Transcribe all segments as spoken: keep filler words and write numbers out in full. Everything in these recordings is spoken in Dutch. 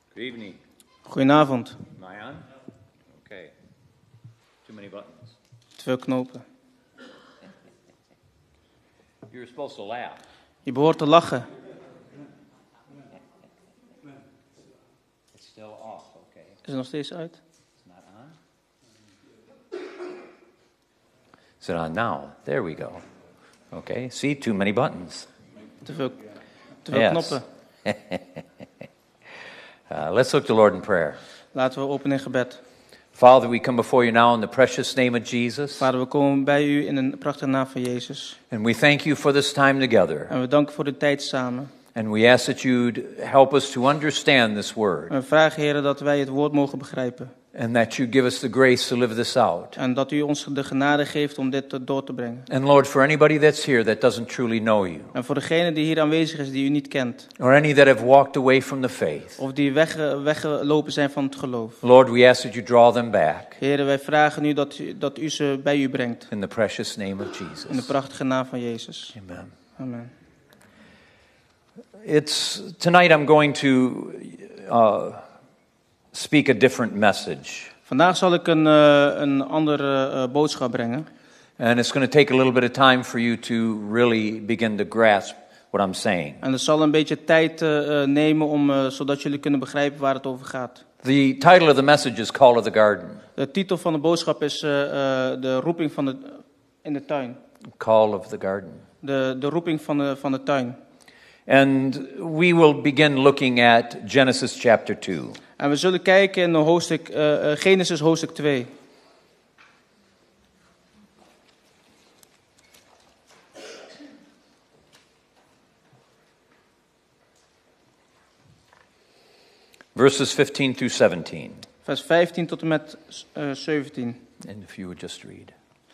Good evening. Goedenavond. Am I on? Okay. Too many buttons. Te veel knopen. You're supposed to laugh. Je behoort te lachen. It's still off, okay. Is het nog steeds uit? It's not on? Is it on now? There we go. Okay, see, too many buttons. Te veel, te veel Yes. knoppen. Uh, let's look to the Lord in prayer. Laten we openen in gebed. Father, we come before you now in the precious name of Jesus. Vader, we komen bij u in een prachtige naam van Jezus. And we thank you for this time together. En we danken voor de tijd samen. And we ask that you'd help us to understand this word. En we vragen, Heer, dat wij het woord mogen begrijpen. And that you give us the grace to live this out. En dat u ons de genade geeft om dit door te brengen. And Lord, for anybody that's here that doesn't truly know you, En voor degene die hier aanwezig is, die u niet kent. or any that have walked away from the faith, Of die weg, weggelopen zijn van het geloof. Lord, we ask that you draw them back Heer, wij vragen u dat, u dat u ze bij u brengt. in the precious name of In de Jesus. prachtige naam van Jezus. Amen. Amen. It's tonight I'm going to uh, speak a different message. Vandaag zal ik een, uh, een andere uh, boodschap brengen. And it's going to take a little bit of time for you to really begin to grasp what I'm saying. En het zal een beetje tijd uh, nemen om, uh, zodat jullie kunnen begrijpen waar het over gaat. The title of the message is Call of the Garden. De titel van de boodschap is uh, uh, de roeping van de, in de tuin. Call of the Garden. De, de roeping van de, van de tuin. And we will begin looking at Genesis chapter two. En we zullen kijken in de hoofdstuk, uh, uh, Genesis hoofdstuk twee. Verses fifteen through seventeen. Vers vijftien tot en met uh, zeventien. And if you would just read.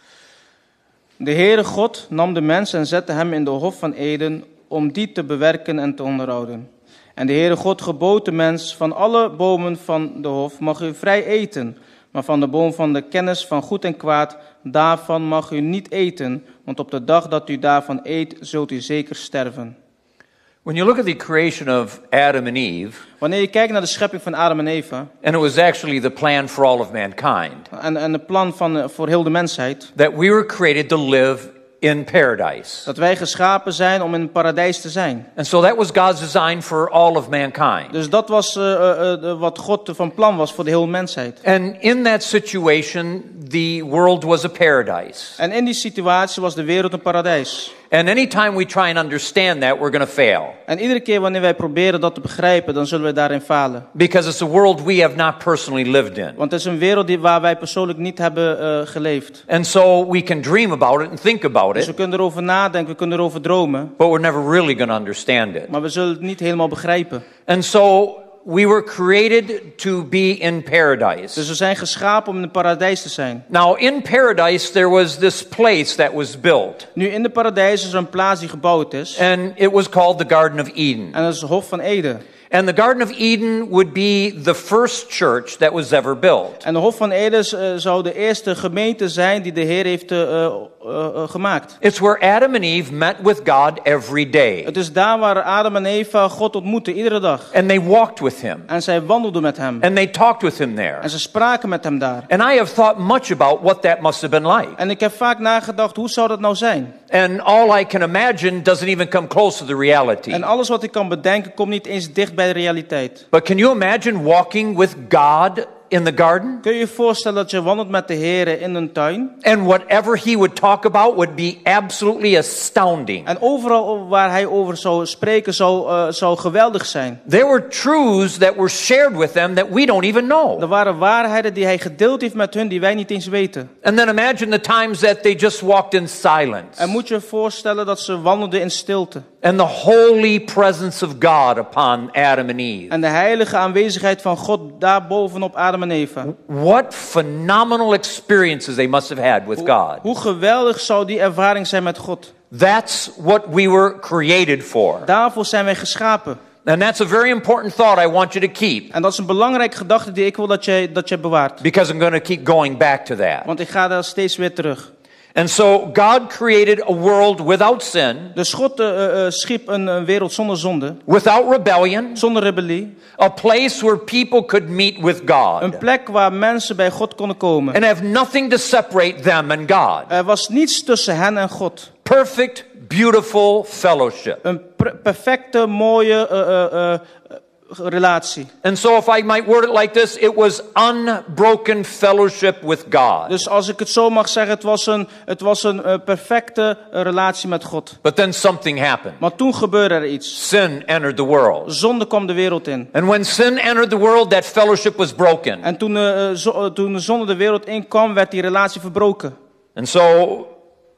De Heere God nam de mens en zette hem in de hof van Eden om die te bewerken en te onderhouden. En de Heere God gebood de mens: van alle bomen van de hof mag u vrij eten, maar van de boom van de kennis van goed en kwaad, daarvan mag u niet eten, want op de dag dat u daarvan eet, zult u zeker sterven. When you look at the creation of Adam and Eve, Wanneer je kijkt naar de schepping van Adam en Eva, and it was actually the plan for all of mankind, en, en het plan van, uh, voor heel de mensheid, that we were created to live in paradise. dat wij geschapen zijn om in het paradijs te zijn. And so that was God's design for all of mankind. Dus dat was uh, uh, uh, wat God van plan was voor de hele mensheid. And in that situation, the world was a paradise. En in die situatie was de wereld een paradijs. And anytime we try and understand that, we're going to fail. En iedere keer wanneer wij proberen dat te begrijpen, dan zullen we daarin falen. Because it's a world we have not personally lived in. Want het is een wereld die, waar wij persoonlijk niet hebben uh, geleefd. And so we can dream about it and think about Dus it, we kunnen erover nadenken, we kunnen erover dromen. but we're never really going to understand it. Maar we zullen het niet helemaal begrijpen. And so we were created to be in paradise. Dus we zijn geschapen om in het paradijs te zijn. Now, in paradise, there was this place that was built, Nu in de paradijs is er een plaats die gebouwd is. and it was called the Garden of Eden. En dat is de Hof van Eden. And the Garden of Eden would be the first church that was ever built. En de Hof van Eden uh, zou de eerste gemeente zijn die de Heer heeft uh, uh, uh, gemaakt. It's where Adam and Eve met with God every day. Het is daar waar Adam en Eva God ontmoetten, iedere dag. And they walked with him. En zij wandelden met hem. And they talked with him there. En ze spraken met hem daar. And I have thought much about what that must have been like. En ik heb vaak nagedacht, hoe zou dat nou zijn? And all I can imagine doesn't even come close to the reality. En alles wat ik kan bedenken, komt niet eens dicht bij de realiteit. But can you imagine walking with God in the garden? Kun je je voorstellen dat je wandelt met de Heer in een tuin? And whatever he would talk about would be absolutely astounding. En overal waar hij over zou spreken, zou, uh, zou geweldig zijn. There were truths that were shared with them that we don't even know. Er waren waarheden die hij gedeeld heeft met hun, die wij niet eens weten. And then imagine the times that they just walked in silence. En moet je je voorstellen dat ze wandelden in stilte. And the holy presence of God upon Adam and Eve. En de heilige aanwezigheid van God daar bovenop Adam en Eva. What phenomenal experiences they must have had with God. Hoe geweldig zou die ervaring zijn met God. That's what we were created for. Daarvoor zijn wij geschapen. And that's a very important thought I want you to keep. En dat is een belangrijke gedachte die ik wil dat je, dat je bewaart. Because I'm going to keep going back to that. Want ik ga daar steeds weer terug. And so God created a world without sin, Dus God uh, uh, schiep een, een wereld zonder zonde, without rebellion, zonder rebellie. a place where people could meet with God Een plek waar mensen bij God konden komen. and have nothing to separate them and God. Er was niets tussen hen en God. Perfect, beautiful fellowship. Een per- perfecte, mooie uh, uh, uh, relatie. And so if I might word it like this, it was unbroken fellowship with God. Dus als ik het zo mag zeggen, het was een, het was een uh, perfecte uh, relatie met God. But then something happened. Maar toen gebeurde er iets. Sin entered the world. Zonde kwam de wereld in. And when sin entered the world, that fellowship was broken. En toen, uh, zo, uh, toen de zonde de wereld inkwam, werd die relatie verbroken. And so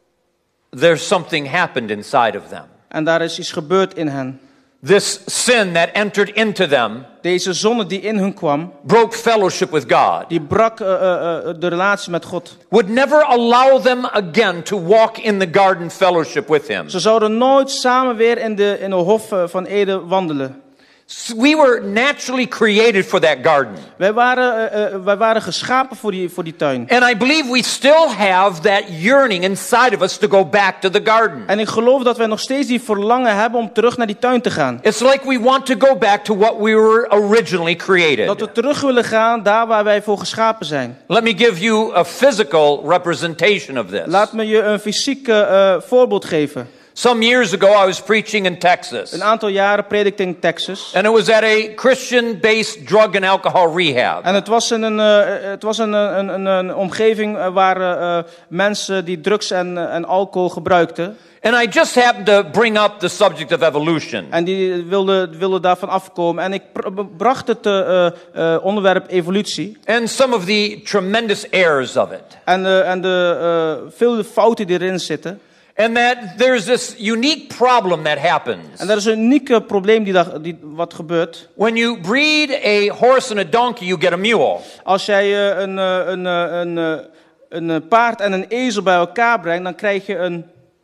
there's something happened inside of them. En daar is iets gebeurd in hen. This sin that entered into them Deze zonde die in hun kwam, broke fellowship with God. die brak uh, uh, uh, de relatie met God. Would never allow them again to walk in the garden fellowship with him. Ze zouden nooit samen weer in de, in de hof uh, van Eden wandelen. We were naturally created for that garden. Wij waren, uh, uh, wij waren geschapen voor die, voor die tuin. And I believe we still have that yearning inside of us to go back to the garden. En ik geloof dat wij nog steeds die verlangen hebben om terug naar die tuin te gaan. It's like we want to go back to what we were originally created. Dat we terug willen gaan daar waar wij voor geschapen zijn. Let me give you a physical representation of this. Laat me je een fysieke uh, voorbeeld geven. Some years ago I was preaching in Texas. Een aantal jaren predikte ik in Texas. And it was at a Christian-based drug and alcohol rehab. En het was in een, uh, het was een, een, een, een omgeving waar uh, mensen die drugs en, uh, en alcohol gebruikten. And I just happened to bring up the subject of evolution. En die wilden wilde daarvan afkomen. En ik bracht het uh, uh, onderwerp evolutie. And some of the tremendous errors of it. En, uh, en de uh, vele fouten die erin zitten. And that there's this unique problem that happens. En dat is een unieke probleem die, dat, die wat gebeurt. When you breed a horse and a donkey, you get a mule. Als jij uh, een, uh, een, uh, een, uh, een uh, paard en een ezel bij elkaar brengt, dan krijg je een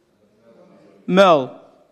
muil.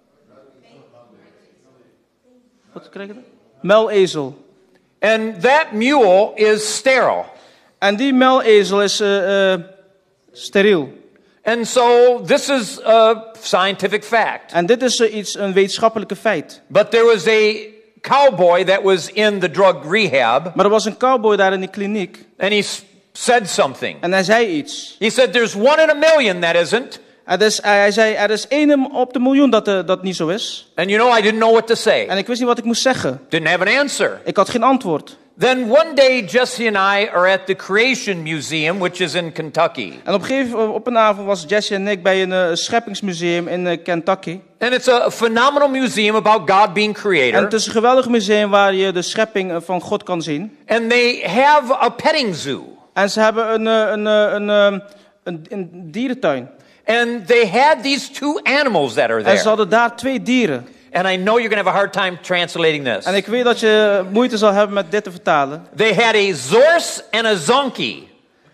Wat krijg je dan? Muilezel. And that mule is sterile. En die muilezel is uh, uh, steriel. And so this is a scientific fact. En dit is uh, iets, een wetenschappelijke feit. But there was a cowboy that was in the drug rehab. Maar er was een cowboy daar in die kliniek. And he said something. En hij zei iets. He said there's one in a million that isn't. Er is, hij zei, er is één op de miljoen dat uh, dat niet zo is. And you know, I didn't know what to say. En ik wist niet wat ik moest zeggen. Didn't have an answer. Ik had geen antwoord. Then one day, Jesse and I are at the Creation Museum, which is in Kentucky. En op een gegeven op een avond was Jesse en ik bij een uh, scheppingsmuseum in uh, Kentucky. And it's a phenomenal museum about God being En creator. het is een geweldig museum waar je de schepping uh, van God kan zien. And they have a petting zoo. En ze hebben een, uh, een, uh, een, uh, een, een dierentuin. And they had these two animals that are En ze there. hadden daar twee dieren. And I know you're going to have a hard time translating this. En ik weet dat je moeite zal hebben met dit te vertalen. They had a zorse and a zonkey.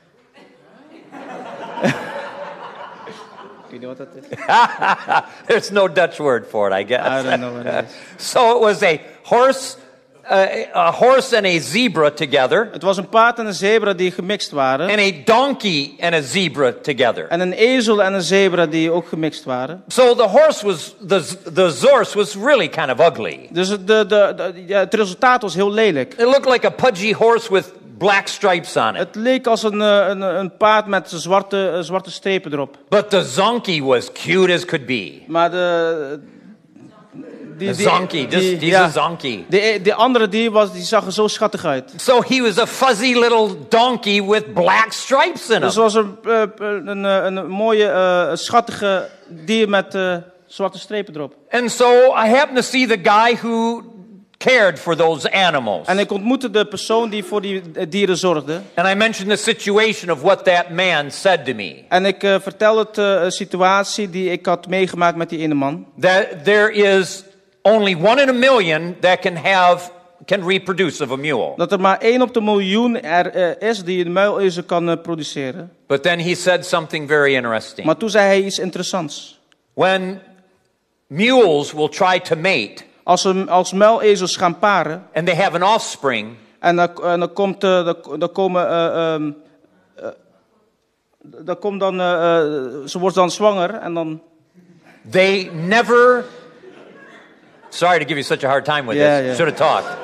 Weet je wat dat is? There's no Dutch word for it, I guess. I don't know what it is. So it was a horse, uh, a horse and a zebra together, Het was een paard en een zebra die gemixt waren. and a donkey and a zebra together. En een ezel en een zebra die ook gemixt waren. So the horse was, the, the zorse was really kind of ugly. Dus het, de, de, de, ja, het resultaat was heel lelijk. It looked like a pudgy horse with black stripes on it. Het leek als een, uh, een, een paard met zwarte, uh, zwarte strepen erop. But the zonkey was cute as could be. Maar de... Die, The zonkey, this, he's ja, a zonkey. de, de andere dier was, die zag er zo schattig uit. So he was a fuzzy little donkey with black stripes in him. Dus het was een, uh, een, een, een mooie, uh, schattige dier met uh, zwarte strepen erop. And so I happened to see the guy who cared for those animals. En ik ontmoette de persoon die voor die dieren zorgde. And I mentioned the situation of what that man said to me. En ik uh, vertelde het, uh, een situatie die ik had meegemaakt met die ene man. That there is only one in a million that can have can reproduce of a mule. Dat er maar één op de miljoen er uh, is die een muilezel kan uh, produceren. But then he said something very interesting. Maar toen zei hij iets interessants. When mules will try to mate, Als, een, als muilezels gaan paren. and they have an offspring, En dan, en dan, komt, uh, dan, dan komen uh, um, uh, dan komt dan, uh, uh, ze wordt dan zwanger en dan... They never... Sorry to give you such a hard time with Yeah, this. yeah. Should have talked.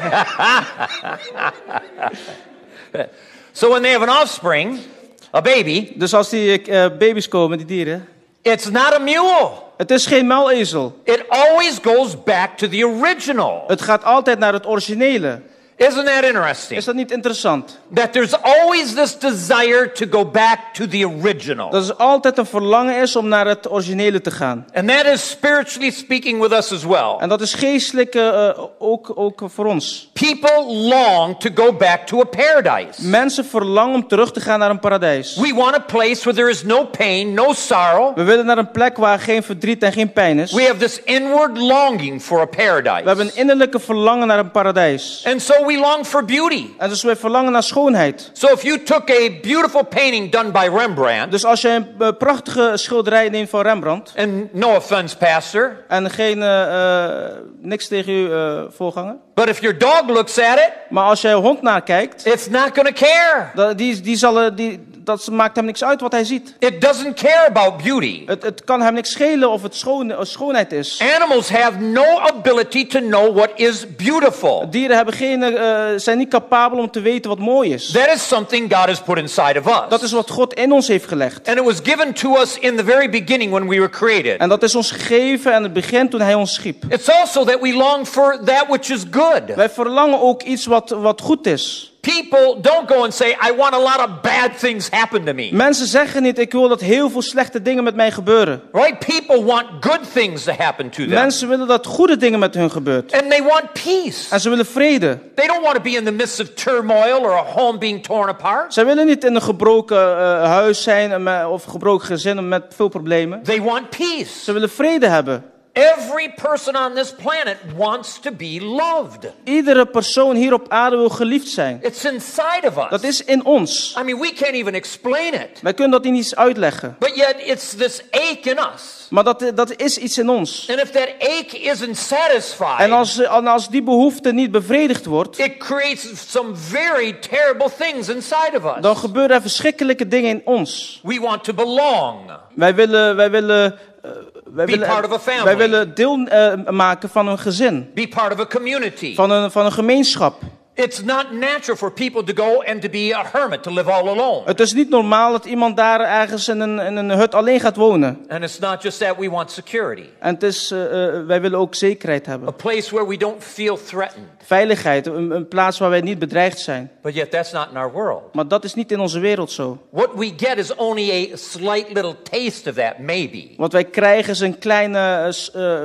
Yeah. So when they have an offspring, a baby, Dus als die uh, baby's komen, die dieren... it's not a mule. Het is geen muilezel. It always goes back to the original. Het gaat altijd naar het originele. Isn't that interesting? Is dat niet interessant? That there's always this desire to go back to the original. Dat er altijd een verlangen is om naar het originele te gaan. And that is spiritually speaking with us as well. En dat is geestelijk uh, ook, ook voor ons. People long to go back to a paradise. Mensen verlangen om terug te gaan naar een paradijs. We want a place where there is no pain, no sorrow. We willen naar een plek waar geen verdriet en geen pijn is. We have this inward longing for a paradise. We hebben een innerlijke verlangen naar een paradijs. And so we long for beauty. En dus wij verlangen naar schoonheid. So if you took a beautiful painting done by Rembrandt, Dus als je een uh, prachtige schilderij neemt van Rembrandt. and no offense, pastor, En geen, uh, uh, niks tegen uw uh, voorganger. but if your dog looks at it, Maar als je hond naar kijkt. it's not going to care. Dat, die, die zal, uh, die, dat maakt hem niks uit wat hij ziet. It doesn't care about beauty. Het, het kan hem niks schelen of het schoon, uh, schoonheid is. Animals have no ability to know what is beautiful. Dieren hebben geen, uh, zijn niet capabel om te weten wat mooi is. That is something God has put inside of Dat us. is wat God in ons heeft gelegd. And it was given to us in the very beginning when we were created. En dat is ons gegeven aan het begin toen hij ons schiep. It's also that we long for that which is good. Wij verlangen ook iets wat, wat goed is. People don't go and say, I want a lot of bad things happen to me. Mensen zeggen niet, ik wil dat heel veel slechte dingen met mij gebeuren. Right? People want good things to happen to them. Mensen willen dat goede dingen met hun gebeuren. And they want peace. En ze willen vrede. They don't want to be in the midst of turmoil or a home being torn apart. Zij willen niet in een gebroken uh, huis zijn en met- of gebroken gezin met veel problemen. They want peace. Ze willen vrede hebben. Every person on this planet wants to be loved. Iedere persoon hier op aarde wil geliefd zijn. It's inside of us. Dat is in ons. I mean, we can't even explain it. Wij kunnen dat niet eens uitleggen. But yet it's this ache in us. Maar dat, dat is iets in ons. And if that ache isn't satisfied, En als, en als die behoefte niet bevredigd wordt, it creates some very terrible things inside of us. dan gebeuren er verschrikkelijke dingen in ons. We want to belong. Wij willen, wij willen, uh, wij Be willen, part of a family. wij willen deel uh, maken van een gezin, Be part of a community. van een, van een gemeenschap. It's not natural for people to go and to be a hermit, to live all alone. Het is niet normaal dat iemand daar ergens in een, in een hut alleen gaat wonen. And it's not just that, we want security. En het is, uh, uh, wij willen ook zekerheid A hebben. place where we don't feel threatened. Veiligheid, een, een plaats waar wij niet bedreigd zijn. But yet that's not in our world. Maar dat is niet in onze wereld zo. What we get is only a slight little taste of that, maybe. Wat wij krijgen is een kleine... Uh, s- uh,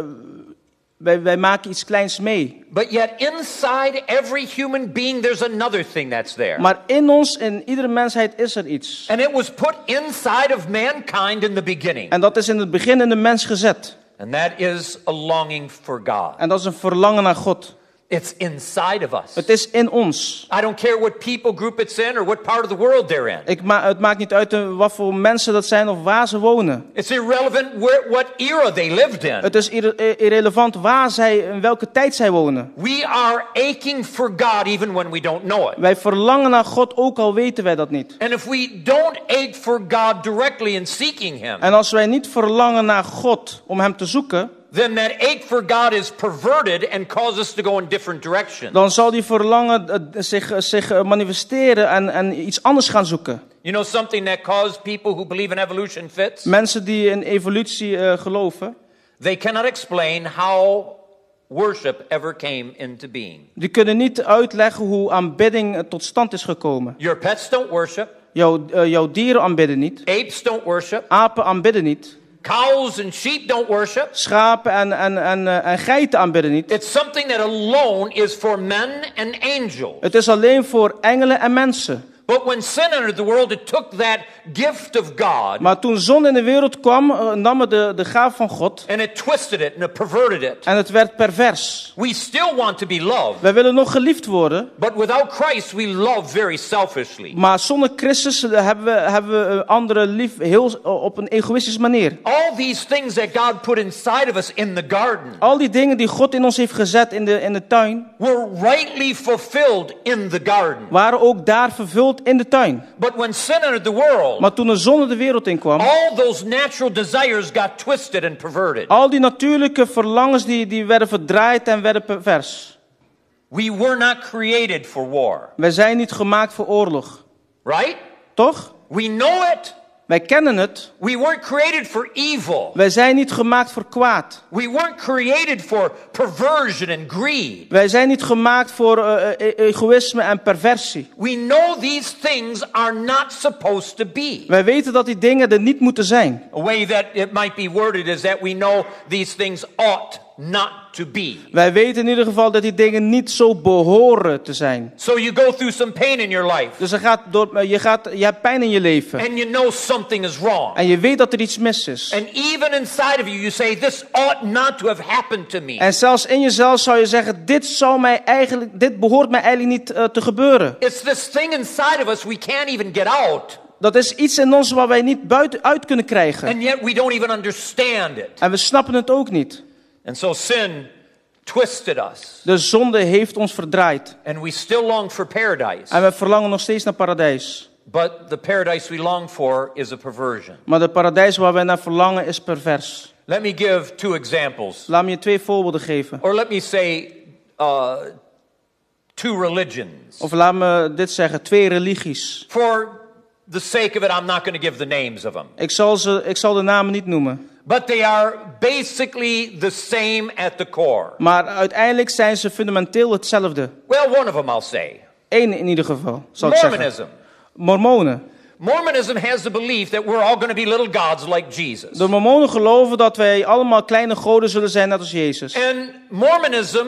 wij, wij maken iets kleins mee. But yet inside every human being there's another thing that's there. Maar in ons, in iedere mensheid is er iets. And it was put inside of mankind in the beginning. En dat is in het begin in de mens gezet. And that is a longing for God. En dat is een verlangen naar God. It's inside of us. Het is in ons. I don't care what people group it's in or what part of the world they're in. Ik ma- het maakt niet uit uh, wat voor mensen dat zijn of waar ze wonen. It's irrelevant where, what era they lived in. Het is irre- eh, irrelevant waar zij, in welke tijd zij wonen. We are aching for God even when we don't know it. Wij verlangen naar God, ook al weten wij dat niet. And if we don't ache for God directly in seeking Him, En als wij niet verlangen naar God om hem te zoeken, then that ache for God is perverted and causes us to go in different directions. dan zal die verlangen uh, zich, uh, zich uh, manifesteren en, en iets anders gaan zoeken. You know something that caused people who believe in evolution fits? Mensen die in evolutie uh, geloven, They cannot explain how worship ever came into being. die kunnen niet uitleggen hoe aanbidding uh, tot stand is gekomen. Your pets don't worship. Jouw, uh, jouw dieren aanbidden niet. Apes don't worship. Apen aanbidden niet. Cows and sheep don't worship. Schapen en, en, en, uh, en geiten aanbidden niet. It's something that alone is for men and angels. Het is alleen voor engelen en mensen. But when sin entered the world, it took that gift of God Maar toen zon in de wereld kwam, uh, nam het de, de gaaf van God and it twisted it and it perverted it. en het werd pervers. We still want to be loved, Wij willen nog geliefd worden, but without Christ, we love very selfishly. maar zonder Christus uh, hebben we, hebben we uh, anderen lief heel, uh, op een egoïstische manier. All these things that God put inside of us in the garden Al die dingen die God in ons heeft gezet in de, in de tuin, were rightly fulfilled in the garden. waren ook daar vervuld in de tuin. But when sin entered the world, Maar toen de zonde de wereld inkwam, all those natural desires got twisted and perverted. al die natuurlijke verlangens die, die werden verdraaid en werden pervers. We were not created for war. Wij zijn niet gemaakt voor oorlog. Right? Toch? We know it. Wij kennen het. We weren't created for evil. Wij zijn niet gemaakt voor kwaad. We weren't created for perversion and greed. Wij zijn niet gemaakt voor uh, e- egoïsme en perversie. We know these things are not supposed to be. Wij weten dat die dingen er niet moeten zijn. A way that it might be worded is that we know these things ought not to be. Wij weten in ieder geval dat die dingen niet zo behoren te zijn. So you go through some pain in your life. Dus er gaat door, je, gaat, je hebt pijn in je leven. And you know something is wrong. En je weet dat er iets mis is. And even inside of you, you say, this ought not to have happened to me. En zelfs in jezelf zou je zeggen, dit, zou mij eigenlijk, dit behoort mij eigenlijk niet uh, te gebeuren. It's this thing inside of us we can't even get out. Dat is iets in ons waar wij niet buiten uit kunnen krijgen. And yet we don't even understand it. En we snappen het ook niet. And so sin twisted us. De zonde heeft ons verdraaid. And we still long for paradise. En we verlangen nog steeds naar paradijs. But the paradise we long for is a perversion. Maar de paradijs waar wij naar verlangen is pervers. Let me give two examples. Laat me je twee voorbeelden geven. Or let me say uh, two religions. Of laat me dit zeggen, twee religies. For the sake of it, I'm not going to give the names of them. Ik zal, ze, ik zal de namen niet noemen. But they are basically the same at the core. Maar uiteindelijk zijn ze fundamenteel hetzelfde. Well, one of them I'll say. Eén in ieder geval, zal ik zeggen. Mormonism. Mormonen. Mormonism has the belief that we're all going to be little gods like Jesus. De Mormonen geloven dat wij allemaal kleine goden zullen zijn net als Jezus. And Mormonism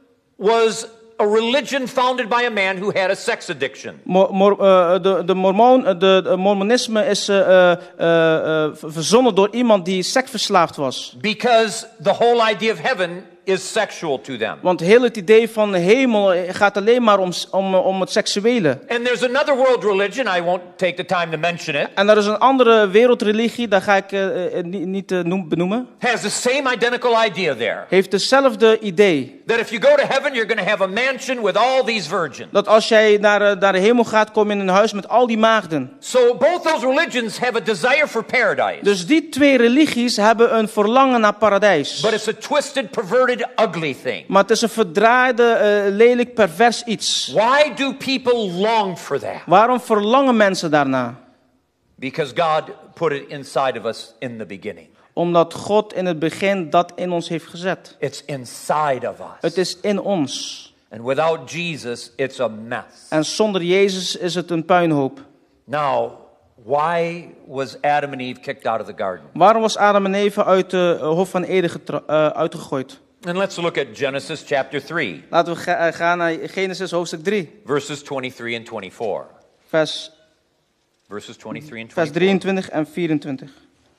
was a religion founded by a man who had a sex addiction. Mor, mor, uh, de, de, mormoon, de, de mormonisme is uh, uh, uh, verzonnen door iemand die seksverslaafd was. Because the whole idea of heaven is sexual to them. Want heel het idee van de hemel gaat alleen maar om, om, om het seksuele. And there's another world religion, I won't take the time to mention it. En er is een andere wereldreligie, daar ga ik uh, niet, niet uh, noem, benoemen. Has the same identical idea there. Heeft hetzelfde idee. That if you go to heaven, you're going to have a mansion with all these virgins. Dat als jij naar, uh, naar de hemel gaat, kom je in een huis met al die maagden. So both those religions have a desire for paradise. Dus die twee religies hebben een verlangen naar paradijs. But it's a twisted, perverted, ugly thing. Maar het is een verdraaide, uh, lelijk, pervers iets. Why do people long for that? Waarom verlangen mensen daarna? Because God put it inside of us in the beginning. Omdat God in het begin dat in ons heeft gezet. It's inside of us. Het is in ons. And without Jesus, it's a mess. En zonder Jezus is het een puinhoop. Now, why was Adam and Eve kicked out of the garden? Waarom was Adam en Eva uit de uh, Hof van Eden getra- uh, uitgegooid? And let's look at Genesis chapter three, Laten we ga- uh, gaan naar Genesis hoofdstuk drie. verses twenty-three and twenty-four. Vers, Verses twenty-three and vers twenty-four. drieëntwintig en vierentwintig.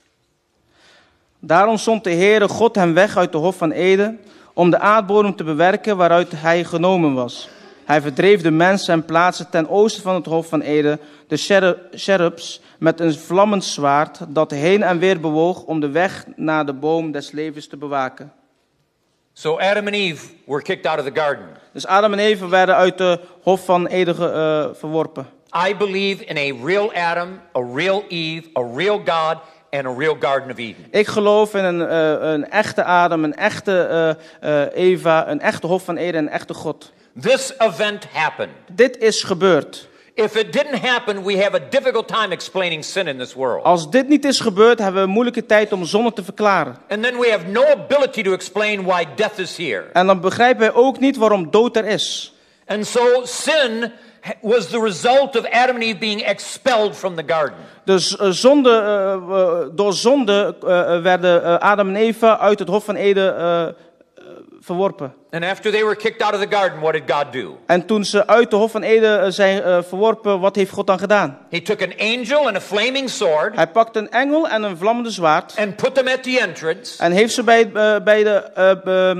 Daarom zond de Heere God hem weg uit de Hof van Eden, om de aardbodem te bewerken waaruit hij genomen was. Hij verdreef de mensen en plaatste ten oosten van het Hof van Eden de cherubs met een vlammend zwaard dat heen en weer bewoog om de weg naar de boom des levens te bewaken. So Adam and Eve were kicked out of the garden. Dus Adam en Eva werden uit de Hof van Eden uh, verworpen. I believe in a real Adam, a real Eve, a real God, and a real Garden of Eden. Ik geloof in een, uh, een echte Adam, een echte uh, uh, Eva, een echte Hof van Eden, een echte God. This event happened. Dit is gebeurd. If it didn't happen, we have a difficult time explaining sin in this world. Als dit niet is gebeurd, hebben we een moeilijke tijd om zonde te verklaren. And then we have no ability to explain why death is here. En dan begrijpen wij ook niet waarom dood er is. And so sin was the result of Adam and Eve being expelled from the garden. Dus uh, zonde, uh, uh, door zonde uh, werden uh, Adam en Eva uit het Hof van Eden uh, uh, verworpen. And after they were kicked out of the garden, what did God do? En toen ze uit de Hof van Eden uh, zijn uh, verworpen, wat heeft God dan gedaan? He took an angel and a flaming sword Hij pakte een engel en een vlammende zwaard. and put them at the entrance. En heeft ze bij, uh, bij de, uh, uh,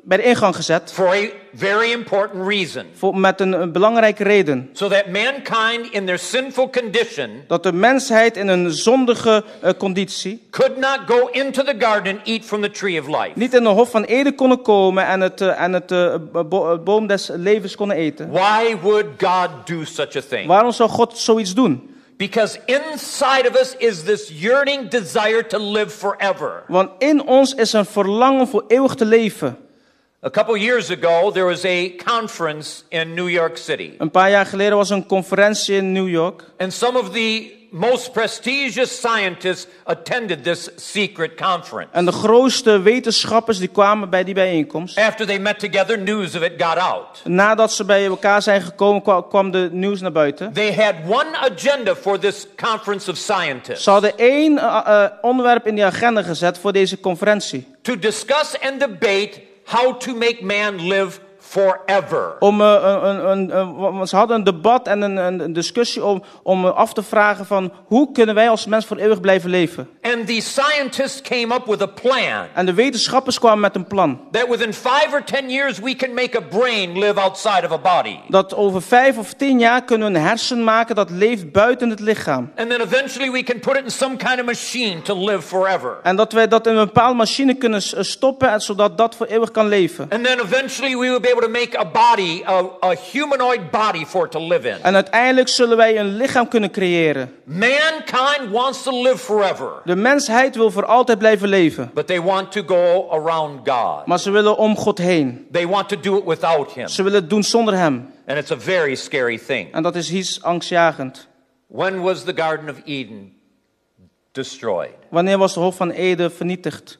bij de ingang gezet. for a very important reason. Voor, met een, een belangrijke reden. So that mankind in their sinful condition Dat de mensheid in een zondige uh, conditie could not go into the garden and eat from the tree of life. niet in de hof van Eden konden komen en het, uh, en het uh, bo- boom des levens konden eten. Why would God do such a thing? Waarom zou God zoiets doen? Because inside of us is this yearning desire to live forever. Want in ons is een verlangen voor eeuwig te leven. A couple years ago, there was a conference in New York City. Een paar jaar geleden was er een conferentie in New York. And some of the most prestigious scientists attended this secret conference. En de grootste wetenschappers die kwamen bij die bijeenkomst. After they met together, news of it got out. Nadat ze bij elkaar zijn gekomen, kwa- kwam de nieuws naar buiten. They had one agenda for this conference of scientists. Ze hadden één uh, uh, onderwerp in die agenda gezet voor deze conferentie. To discuss and debate how to make man live forever. Om, uh, een, een, een, een, ze hadden een debat en een, een, een discussie om, om uh, af te vragen van hoe kunnen wij als mens voor eeuwig blijven leven. And the scientists came up with a plan En de wetenschappers kwamen met een plan. that within five or ten years we can make a brain live outside of a body. Dat over vijf of tien jaar kunnen we een hersen maken dat leeft buiten het lichaam. And then eventually we can put it in some kind of machine to live forever. En dat wij dat in een bepaalde machine kunnen s- stoppen en zodat dat voor eeuwig kan leven. And then eventually we will be able to make a body, a, a humanoid body for it to live in. En uiteindelijk zullen wij een lichaam kunnen creëren. Mankind wants to live forever, De mensheid wil voor altijd blijven leven. but they want to go around God. Maar ze willen om God heen. They want to do it without Him. Ze willen het doen zonder hem. And it's a very scary thing. En dat is iets angstjagend. When was the Garden of Eden destroyed? Wanneer was de Hof van Eden vernietigd?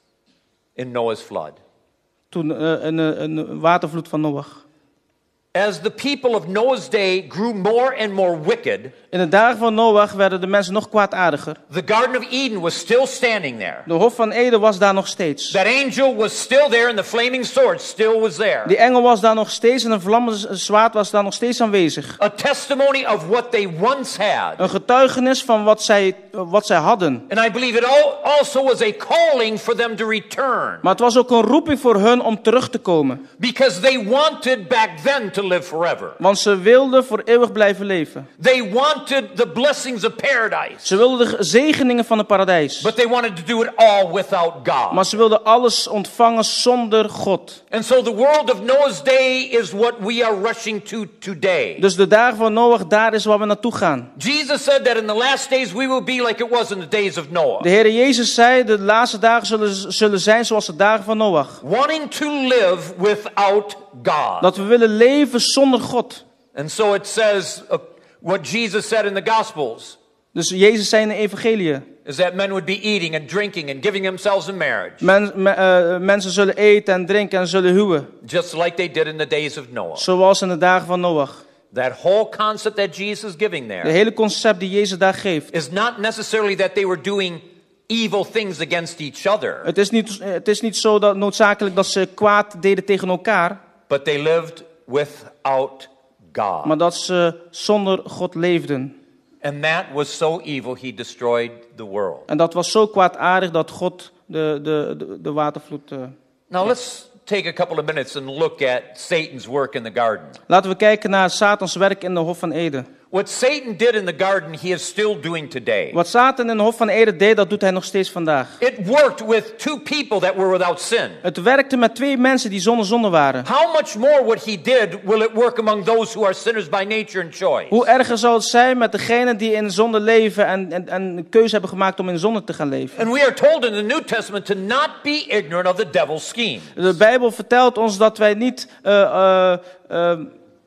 In Noah's flood. Toen uh, een, een watervloed van Noach. As the people of Noah's day grew more and more wicked, In de dagen van Noach werden de mensen nog kwaadaardiger. the Garden of Eden was still standing there. De Hof van Eden was daar nog steeds. That angel was still there and the flaming sword still was there. Die engel was daar nog steeds en een vlammend zwaard was daar nog steeds aanwezig. A testimony of what they once had. Een getuigenis van wat zij, wat zij hadden. And I believe it al- also was a calling for them to return. Maar het was ook een roeping voor hun om terug te komen. Because they wanted back then to live forever. Want ze wilden voor eeuwig blijven leven. They wanted the blessings of paradise. Ze wilden de zegeningen van het paradijs. But they wanted to do it all without God. Maar ze wilden alles ontvangen zonder God. And so the world of Noah's day is what we are rushing to today. Dus de dagen van Noach, daar is waar we naartoe gaan. Jesus said that in the last days we will be like it was in the days of Noah. De Heer Jezus zei, de laatste dagen zullen, zullen zijn zoals de dagen van Noach. Wanting to live without God. Dat we willen leven zonder God. And so it says uh, what Jesus said in the Gospels Dus Jezus zei in de evangelie. is that men would be eating and drinking and giving themselves in marriage. Men, me- uh, mensen zullen eten en drinken en zullen huwen. Just like they did in the days of Noah. Zoals in de dagen van Noach. That whole concept that Jesus is giving De there hele concept die Jezus daar geeft. is not necessarily that they were doing evil things against each other, Het is niet, het is niet zo dat noodzakelijk dat ze kwaad deden tegen elkaar. but they lived without God. Maar dat ze zonder God leefden. And that was so evil, he destroyed the world. En dat was zo kwaadaardig dat God de, de, de, de watervloed... Uh... Now let's take a couple of minutes and look at Satan's work in the garden. Laten we kijken naar Satans werk in de Hof van Eden. What Satan did in the garden, he is still doing today. Wat Satan in de Hof van Eden deed, dat doet hij nog steeds vandaag. It worked with two people that were without sin. Het werkte met twee mensen die zonder zonde waren. How much more what he did will it work among those who are sinners by nature and choice? Hoe erger zal het zijn met degenen die in zonde leven en, en, en een keuze hebben gemaakt om in zonde te gaan leven. And we are told in the New Testament to not be ignorant of the devil's scheme. De Bijbel vertelt ons dat wij niet uh, uh, uh,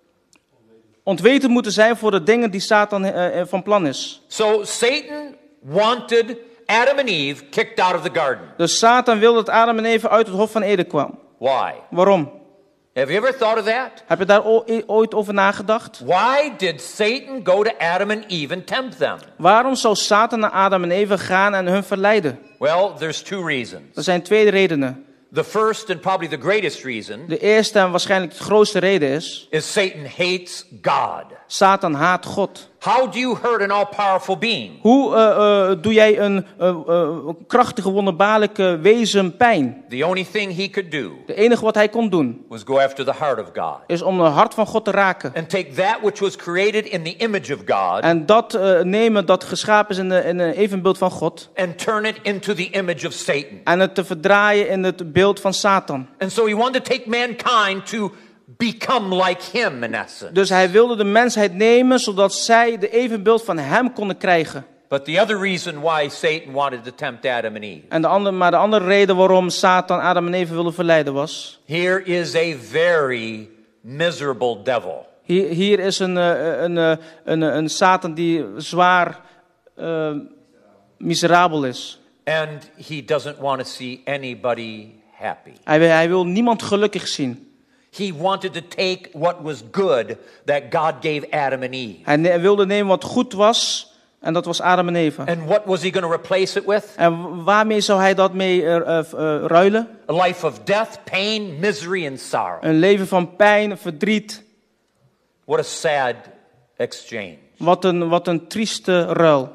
ontweten moeten zijn voor de dingen die Satan uh, van plan is. So Satan wanted Adam and Eve kicked out of the garden. Dus Satan wilde dat Adam en Eva uit het Hof van Eden kwam. Why? Waarom? Have you ever thought of that? Heb je daar o- ooit over nagedacht? Why did Satan go to Adam and Eve and tempt them? Waarom zou Satan naar Adam en Eva gaan en hun verleiden? Well, there's two reasons. Er zijn twee redenen. The first and probably the greatest reason De eerste en waarschijnlijk de grootste reden is is Satan hates God. Satan haat God. How do you hurt an all-powerful being? Hoe uh, uh, doe jij een uh, uh, krachtige, wonderbaarlijke wezen pijn? The only thing he could do De enige wat hij kon doen, was go after the heart of God. is om het hart van God te raken. And take that which was created in the image of God En dat uh, nemen dat geschapen is in een in een evenbeeld van God. and turn it into the image of Satan. En het te verdraaien in het beeld van Satan. And so he wanted to take mankind to become like him in essence. Dus hij wilde de mensheid nemen, zodat zij de evenbeeld van hem konden krijgen. But the other reason why Satan wanted to tempt Adam and Eve. En de andere, maar de andere reden waarom Satan Adam en Eva wilde verleiden was... Here is a very miserable devil. Hier, hier is een, uh, een, uh, een, uh, een Satan die zwaar uh, miserabel is. And he doesn't want to see anybody happy. Hij, hij wil niemand gelukkig zien. He wanted to take what was good that God gave Adam and Eve. Hij ne- wilde nemen wat goed was, en dat was Adam en Eva. And what was he going to replace it with? En waarmee zou hij dat mee uh, uh, uh, ruilen? A life of death, pain, misery and sorrow. Een leven van pijn, verdriet. What a sad exchange. Wat een, wat een trieste ruil.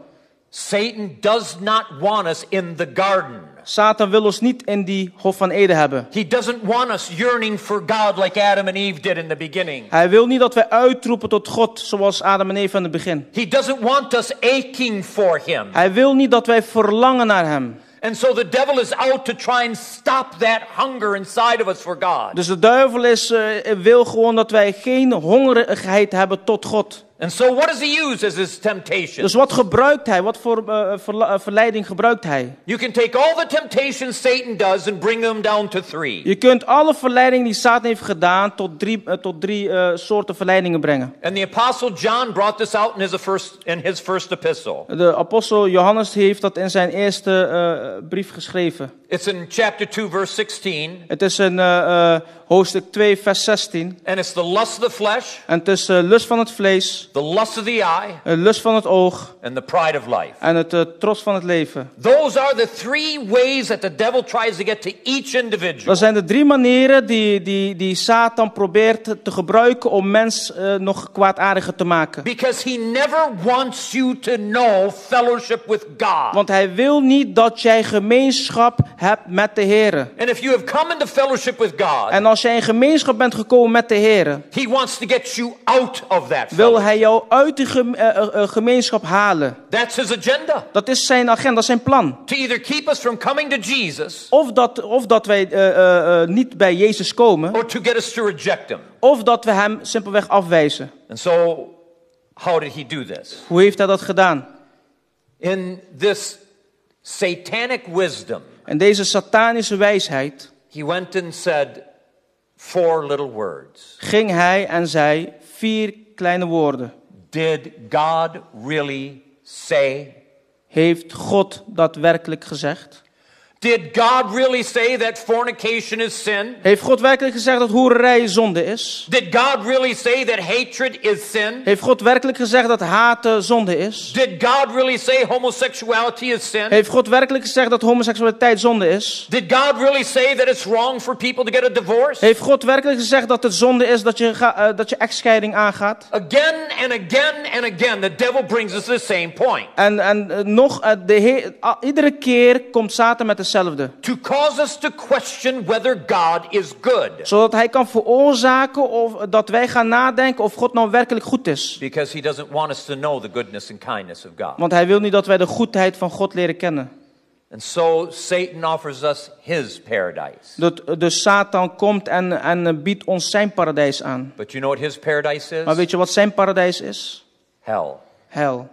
Satan does not want us in the garden. Satan wil ons niet in die Hof van Eden hebben. He doesn't want us yearning for God like Adam and Eve did in the beginning. Hij wil niet dat wij uitroepen tot God, zoals Adam en Eva in het begin. He doesn't want us aching for him. Hij wil niet dat wij verlangen naar hem. And so the devil is out to try and stop that hunger inside of us for God. Dus de duivel is, uh, wil gewoon dat wij geen hongerigheid hebben tot God. And so what does he use as his temptation? Dus wat gebruikt hij? Wat voor uh, verla- uh, verleiding gebruikt hij? You can take all the temptations Satan does and bring them down to three. Je kunt alle verleidingen die Satan heeft gedaan tot drie, uh, tot drie uh, soorten verleidingen brengen. And the apostle John brought this out in his first in his first epistle. De apostel Johannes heeft dat in zijn eerste uh, brief geschreven. It's in chapter two verse sixteen. Het is in uh, uh, hoofdstuk twee vers zestien. And it's the lust of the flesh, En het is uh, lust van het vlees, the lust of the eye, uh, lust van het oog and the pride of life. en het uh, trots van het leven. Those are the three ways that the devil tries to get to each individual. Dat zijn de drie manieren die, die, die Satan probeert te gebruiken om mens uh, nog kwaadaardiger te maken. Because he never wants you to know fellowship with God. Want hij wil niet dat jij gemeenschap hebt met de Heer. And if you have come into fellowship with God, En als jij in gemeenschap bent gekomen met de Heer, he wants to get you out of that wil fellowship. hij jou uit die gem- uh, uh, uh, gemeenschap halen. That's his agenda. Dat is zijn agenda, dat is zijn plan. To either keep us from coming to Jesus Of dat, of dat wij uh, uh, uh, niet bij Jezus komen, or to get us to reject him. of dat we hem simpelweg afwijzen. And so, how did he do this? Hoe heeft hij dat gedaan? In this satanic wisdom, En deze satanische wijsheid he went and said four little words. ging hij en zei vier kleine woorden. Did God really say? Heeft God daadwerkelijk gezegd? Did God really say that fornication is sin? Heeft God werkelijk gezegd dat hoererij zonde is? Did God really say that hatred is sin? Heeft God werkelijk gezegd dat haten zonde is? Did God really say homosexuality is sin? Heeft God werkelijk gezegd dat homoseksualiteit zonde is? Did God really say that it's wrong for people to get a divorce? Heeft God werkelijk gezegd dat het zonde is dat je, ga, uh, dat je echtscheiding aangaat? Again and again and again, the devil brings us the same point. En, en uh, nog, uh, de he- uh, iedere keer komt Satan met hetzelfde. To cause us to question whether God is good. Zodat hij kan veroorzaken of, dat wij gaan nadenken of God nou werkelijk goed is. Because he doesn't want us to know the goodness and kindness of God. Want hij wil niet dat wij de goedheid van God leren kennen. And so Satan offers us his paradise. Dat, dus Satan komt en, en biedt ons zijn paradijs aan. But you know what his paradise is? Maar weet je wat zijn paradijs is? Hell. Hel.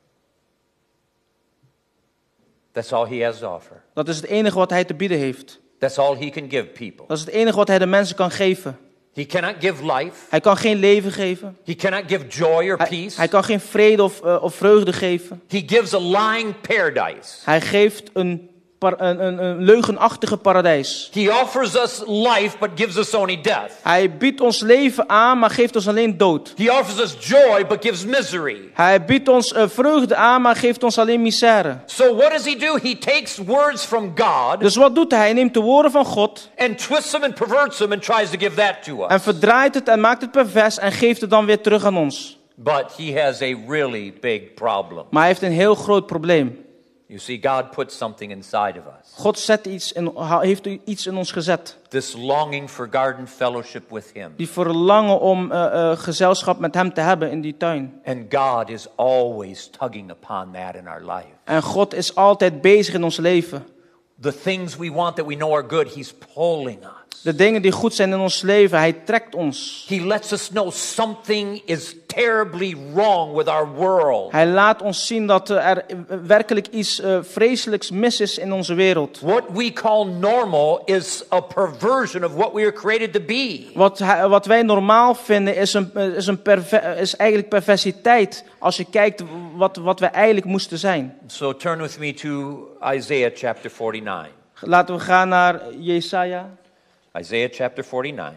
That's all he has to offer. Dat is het enige wat hij te bieden heeft. That's all he can give people. Dat is het enige wat hij de mensen kan geven. He cannot give life. Hij kan geen leven geven. He cannot give joy or Hij, peace. hij kan geen vrede of, uh, of vreugde geven. He gives a lying paradise. Hij geeft een, par, een, een, een leugenachtige paradijs. He offers us life but gives us only death. Hij biedt ons leven aan, maar geeft ons alleen dood. He offers us joy but gives misery. Hij biedt ons uh, vreugde aan, maar geeft ons alleen misère. So what does he do? He takes words from God Dus wat doet hij? Hij neemt de woorden van God and twists them and perverts them and tries to give that to en us. verdraait het en maakt het pervers en geeft het dan weer terug aan ons. But he has a really big problem. Maar hij heeft een heel groot probleem. You see, God put something inside of us. God zet iets in, heeft iets in ons gezet. This longing for garden fellowship with him. Die verlangen om uh, uh, gezelschap met hem te hebben in die tuin. And God is always tugging upon that in our life. En God is altijd bezig in ons leven. The things we want that we know are good, he's pulling us. De dingen die goed zijn in ons leven, hij trekt ons. He lets us know something is terribly wrong with our world. Hij laat ons zien dat er werkelijk iets uh, vreselijks mis is in onze wereld. What we call normal is a perversion of what we are created to be. Wat, hij, wat wij normaal vinden is, een, is, een perver, is eigenlijk perversiteit. Als je kijkt wat, wat we eigenlijk moesten zijn. So turn with me to Isaiah chapter forty-nine. Laten we gaan naar Jesaja. Isaiah chapter forty-nine,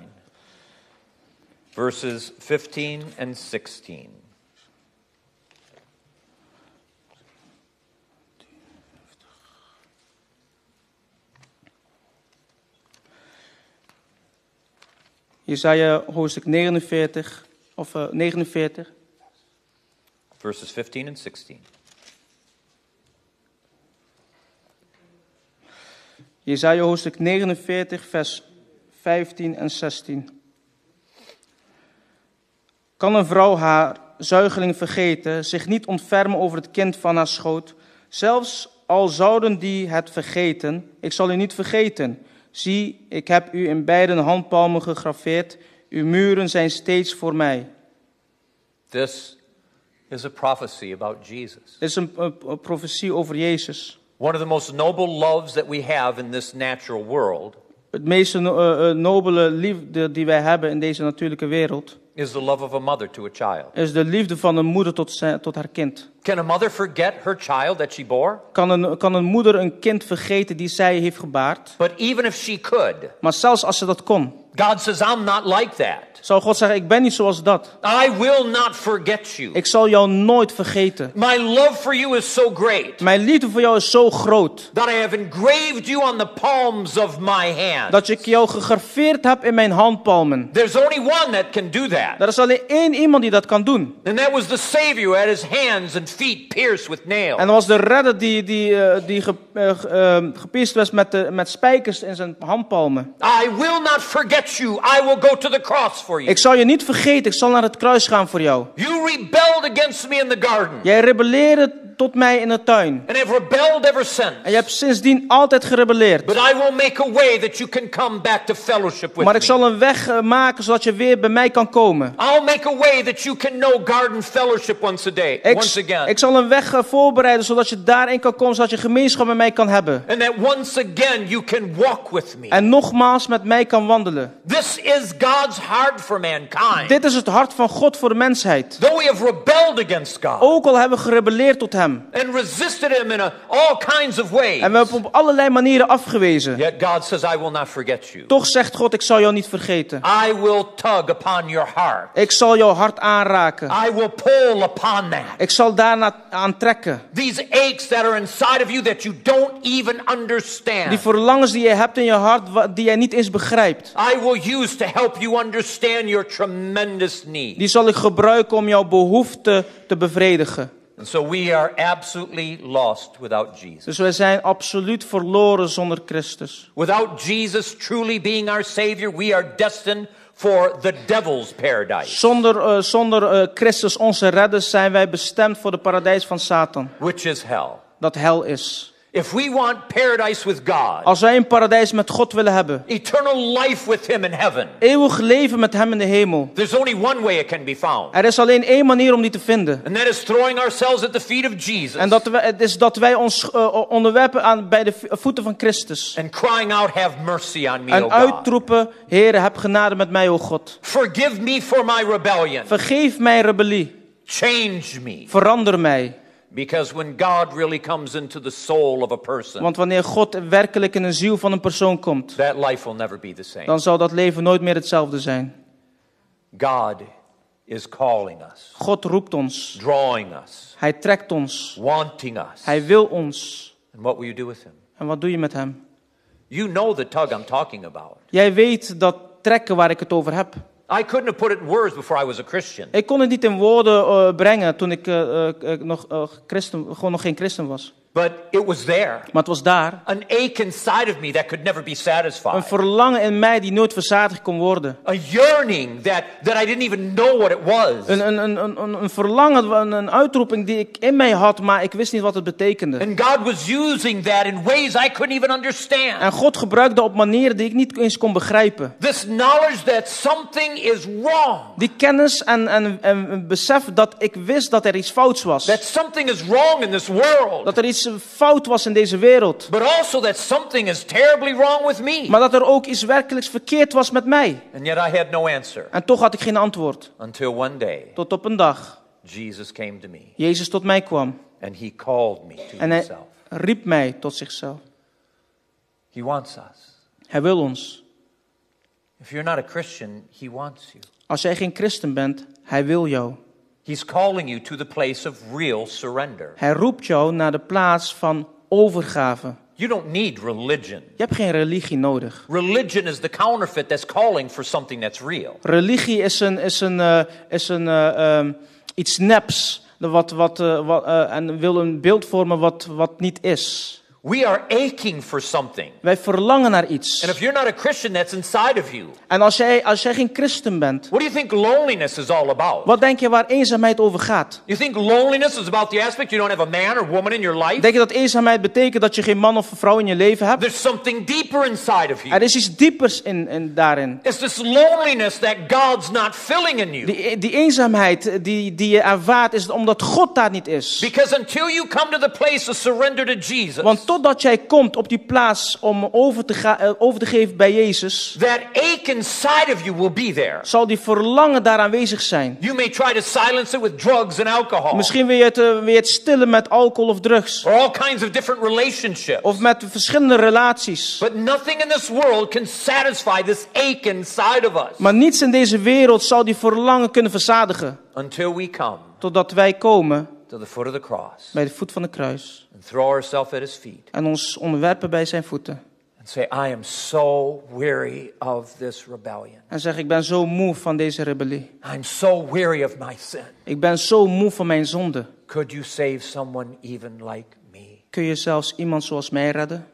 verses fifteen and sixteen. Jesaja hoofdstuk negenenveertig, of uh, negenenveertig. Verses fifteen and sixteen. Jesaja hoofdstuk negenenveertig, vers vijftien en zestien. Kan een vrouw haar zuigeling vergeten, zich niet ontfermen over het kind van haar schoot? Zelfs al zouden die het vergeten, ik zal u niet vergeten. Zie, ik heb u in beide handpalmen gegraveerd, uw muren zijn steeds voor mij. This is a prophecy about Jesus. Dit is een, een, een profetie over Jezus. One of the most noble loves that we have in this natural world Het meest uh, nobele liefde die wij hebben in deze natuurlijke wereld is the love of a mother to a child. is de liefde van een moeder tot, zijn, tot haar kind. Can a mother forget her child that she bore? Kan een, kan een moeder een kind vergeten die zij heeft gebaard? But even if she could, Maar zelfs als ze dat kon, God says, I'm not like that. zou God zeggen, ik ben niet zoals dat. I will not forget you. Ik zal jou nooit vergeten. My love for you is so great Mijn liefde voor jou is zo groot, that I have engraved you on the palms of my hand. dat ik jou gegraveerd heb in mijn handpalmen. There's only one that can do that. Er is alleen één iemand die dat kan doen. And that was the Savior who had his hands and feet pierced with nails. En dat was de redder die, die, uh, die ge, uh, uh, gepierst was met, de, met spijkers in zijn handpalmen. I will not forget you. I will go to the cross for you. Ik zal je niet vergeten, ik zal naar het kruis gaan voor jou. You rebelled against me in the garden. Jij rebelleerde tot mij in de tuin. And have rebelled ever since. En je hebt sindsdien altijd gerebelleerd. But I will make a way that you can come back to fellowship with Maar ik me. zal een weg uh, maken zodat je weer bij mij kan komen. I'll make a way that you can know garden fellowship once a day, Ik, once again. ik zal een weg uh, voorbereiden zodat je daarin kan komen, zodat je gemeenschap met mij kan hebben. And that once again you can walk with me. En nogmaals met mij kan wandelen. This is God's heart for mankind. Dit is het hart van God voor de mensheid. Though we have rebelled against God Ook al hebben we gerebelleerd tot hem. and resisted him in a, all kinds of ways, En we hebben op allerlei manieren afgewezen. yet God says, I will not forget you. Toch zegt God, ik zal jou niet vergeten. I will tug upon your heart. Ik zal jouw hart aanraken. I will pull upon that. Ik zal daarna aan trekken. These aches that are inside of you that you don't even understand. Die verlangens die je hebt in je hart, wa- die jij niet eens begrijpt. I will use to help you understand your tremendous need. Die zal ik gebruiken om jouw behoefte te bevredigen. And so we are absolutely lost without Jesus. Dus wij zijn absoluut verloren zonder Christus. Without Jesus truly being our Savior, we are destined for the devil's paradise, Zonder, uh, zonder uh, Christus onze redder zijn wij bestemd voor de paradijs van Satan. which is hell. Dat hel is. If we want paradise with God, Als wij een paradijs met God willen hebben. eternal life with Him in heaven, Eeuwig leven met hem in de hemel. there's only one way it can be found. Er is alleen één manier om die te vinden. And that is throwing ourselves at the feet of Jesus En dat we, het is dat wij ons uh, onderwerpen aan, bij de voeten van Christus. and crying out, have mercy on me, O En God. uitroepen, Heere, heb genade met mij, o God. Forgive me for my rebellion. Vergeef mijn rebellie. Change me. Verander mij. Because when God really comes into the soul of a person, Want wanneer God werkelijk in de ziel van een persoon komt, that life will never be the same. dan zal dat leven nooit meer hetzelfde zijn. God is calling us, God roept ons. drawing us, Hij trekt ons. wanting us. Hij wil ons. And what will you do with Him? En wat doe je met hem? You know the tug I'm talking about. Jij weet dat trekken waar ik het over heb. I couldn't have put it in words before I was a Christian. Ik kon het niet in woorden uh, brengen toen ik uh, uh, nog, uh, christen, gewoon nog geen christen was. But it was there. Maar het was daar. An ache inside of me that could never be satisfied. Een verlangen in mij die nooit verzadigd kon worden. A yearning that, that I didn't even know what it was. Een, een, een, een, een verlangen, een, een uitroeping die ik in mij had, maar ik wist niet wat het betekende. And God was using that in ways I couldn't even understand. En God gebruikte op manieren die ik niet eens kon begrijpen. This knowledge that something is wrong. Die kennis en, en, en besef dat ik wist dat er iets fouts was. That something is wrong in this world. Dat er iets fout was in deze wereld. But also that something is terribly wrong with me. Maar dat er ook iets werkelijk verkeerd was met mij. And yet I had no answer. En toch had ik geen antwoord. Until one day. Tot op een dag. Jesus came to me. Jezus tot mij kwam. And he called me to En hij himself. riep mij tot zichzelf. He wants us. Hij wil ons. If you're not a Christian, he wants you. Als jij geen christen bent, hij wil jou. He's calling you to the place of real surrender. Hij roept jou naar de plaats van overgave. You don't need religion. Je hebt geen religie nodig. Religion is the counterfeit that's calling for something that's real. Religie is een, is een, uh, is een uh, um, iets neps. Wat, wat, uh, wat, uh, en wil een beeld vormen wat, wat niet is. We are aching for something. Wij verlangen naar iets. And if you're not a Christian, that's inside of you. En als jij, als jij geen christen bent, What do you think loneliness is all about? wat denk je waar eenzaamheid over gaat? You think loneliness is about the aspect you don't have a man or woman in your life? Denk je dat eenzaamheid betekent dat je geen man of vrouw in je leven hebt? There's something deeper inside of you. Er is iets diepers in, in daarin. It's this loneliness that God's not filling in you. Die, die eenzaamheid die, die je ervaart is omdat God daar niet is. Because until you come to the place of surrender to Jesus, Want totdat jij komt op die plaats om over te, ga, uh, over te geven bij Jezus, that ache inside of you will be there. zal die verlangen daar aanwezig zijn. You may try to silence it with drugs and alcohol. Misschien wil je het, uh, wil je het stillen met alcohol of drugs. Or all kinds of different relationships. Of met verschillende relaties. But nothing in this world can satisfy this ache inside of us. Maar niets in deze wereld zal die verlangen kunnen verzadigen. Until we come Totdat wij komen to the foot of the cross bij de voet van de kruis. and throw ourselves at his feet. En ons onderwerpen bij zijn voeten. And say, I am so weary of this rebellion. En zeg, ik ben zo moe van deze rebellie. I'm so weary of my sin. Ik ben zo moe van mijn zonde. Could you save someone even like me? Kun je zelfs iemand zoals mij redden?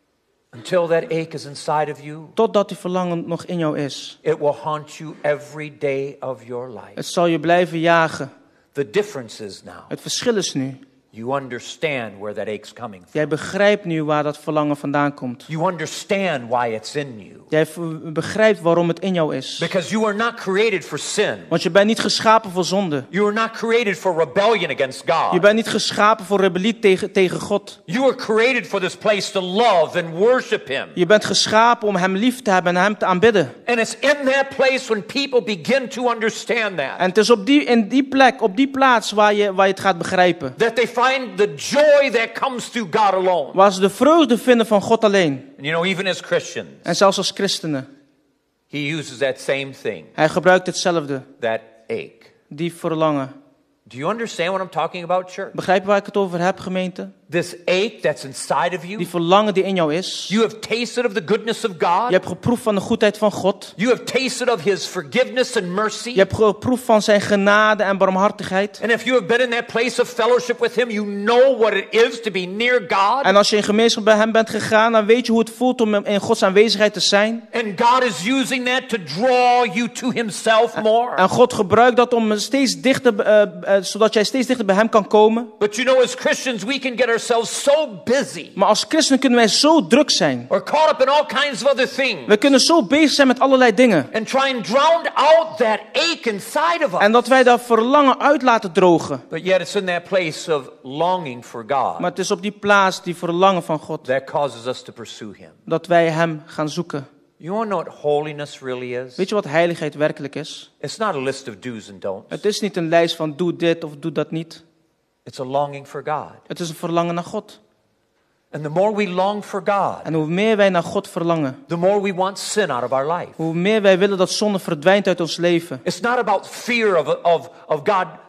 Until that ache is inside of you, Totdat die verlangen nog in jou is. it will haunt you every day of your life. Het zal je blijven jagen. The difference is now, Het verschil is nu. you understand where that ache's coming from. Jij begrijpt nu waar dat verlangen vandaan komt. You understand why it's in you. Jij v- begrijpt waarom het in jou is. Because you are not created for sin. Want je bent niet geschapen voor zonde. You are not created for rebellion against Je God. bent niet geschapen voor rebellie tegen, tegen God. You are created for this place to love and worship Him. Je bent geschapen om hem lief te hebben en hem te aanbidden. And it's in that place when people begin to understand that, En het is op die, in die plek, op die plaats waar je, waar je het gaat begrijpen. that they find the joy that comes through God alone. Waar ze de vreugde vinden van God alleen. And you know, even as Christians, En zelfs als christenen. He uses that same thing, Hij gebruikt hetzelfde. that ache. Die verlangen. Do you understand what I'm talking about, church? Begrijp je waar ik het over heb, gemeente? This ache that's inside of you. Die verlangen die in jou is. You have tasted of the goodness of Je God. hebt geproefd van de goedheid van God. You have tasted of His forgiveness and mercy. Je hebt geproefd van zijn genade en barmhartigheid. And if you have been in that place of fellowship with Him, you know what it is to be near God. En als je in gemeenschap bij hem bent gegaan, dan weet je hoe het voelt om in Gods aanwezigheid te zijn. And God is using that to draw you to Himself more. En God gebruikt dat om steeds dichter, uh, uh, zodat jij steeds dichter bij hem kan komen. But you know, as Christians, we can get ourselves so busy Maar als christenen kunnen wij zo druk zijn. or caught up in all kinds of other things We kunnen zo bezig zijn met allerlei dingen. and try and drown out that ache inside of us. En dat wij dat verlangen uit laten drogen. But yet it's in that place of longing for God Maar het is op die plaats, die verlangen van God, that causes us to pursue Him. dat wij hem gaan zoeken. You want to know what holiness really is? Weet je wat heiligheid werkelijk is? It's not a list of do's and don'ts. Het is niet een lijst van doe dit of doe dat niet. It's a longing for God. Het is een verlangen naar God. And the more we long for God, En hoe meer wij naar God verlangen, the more we want sin out of our life. hoe meer wij willen dat zonde verdwijnt uit ons leven. It's not about fear of, of, of God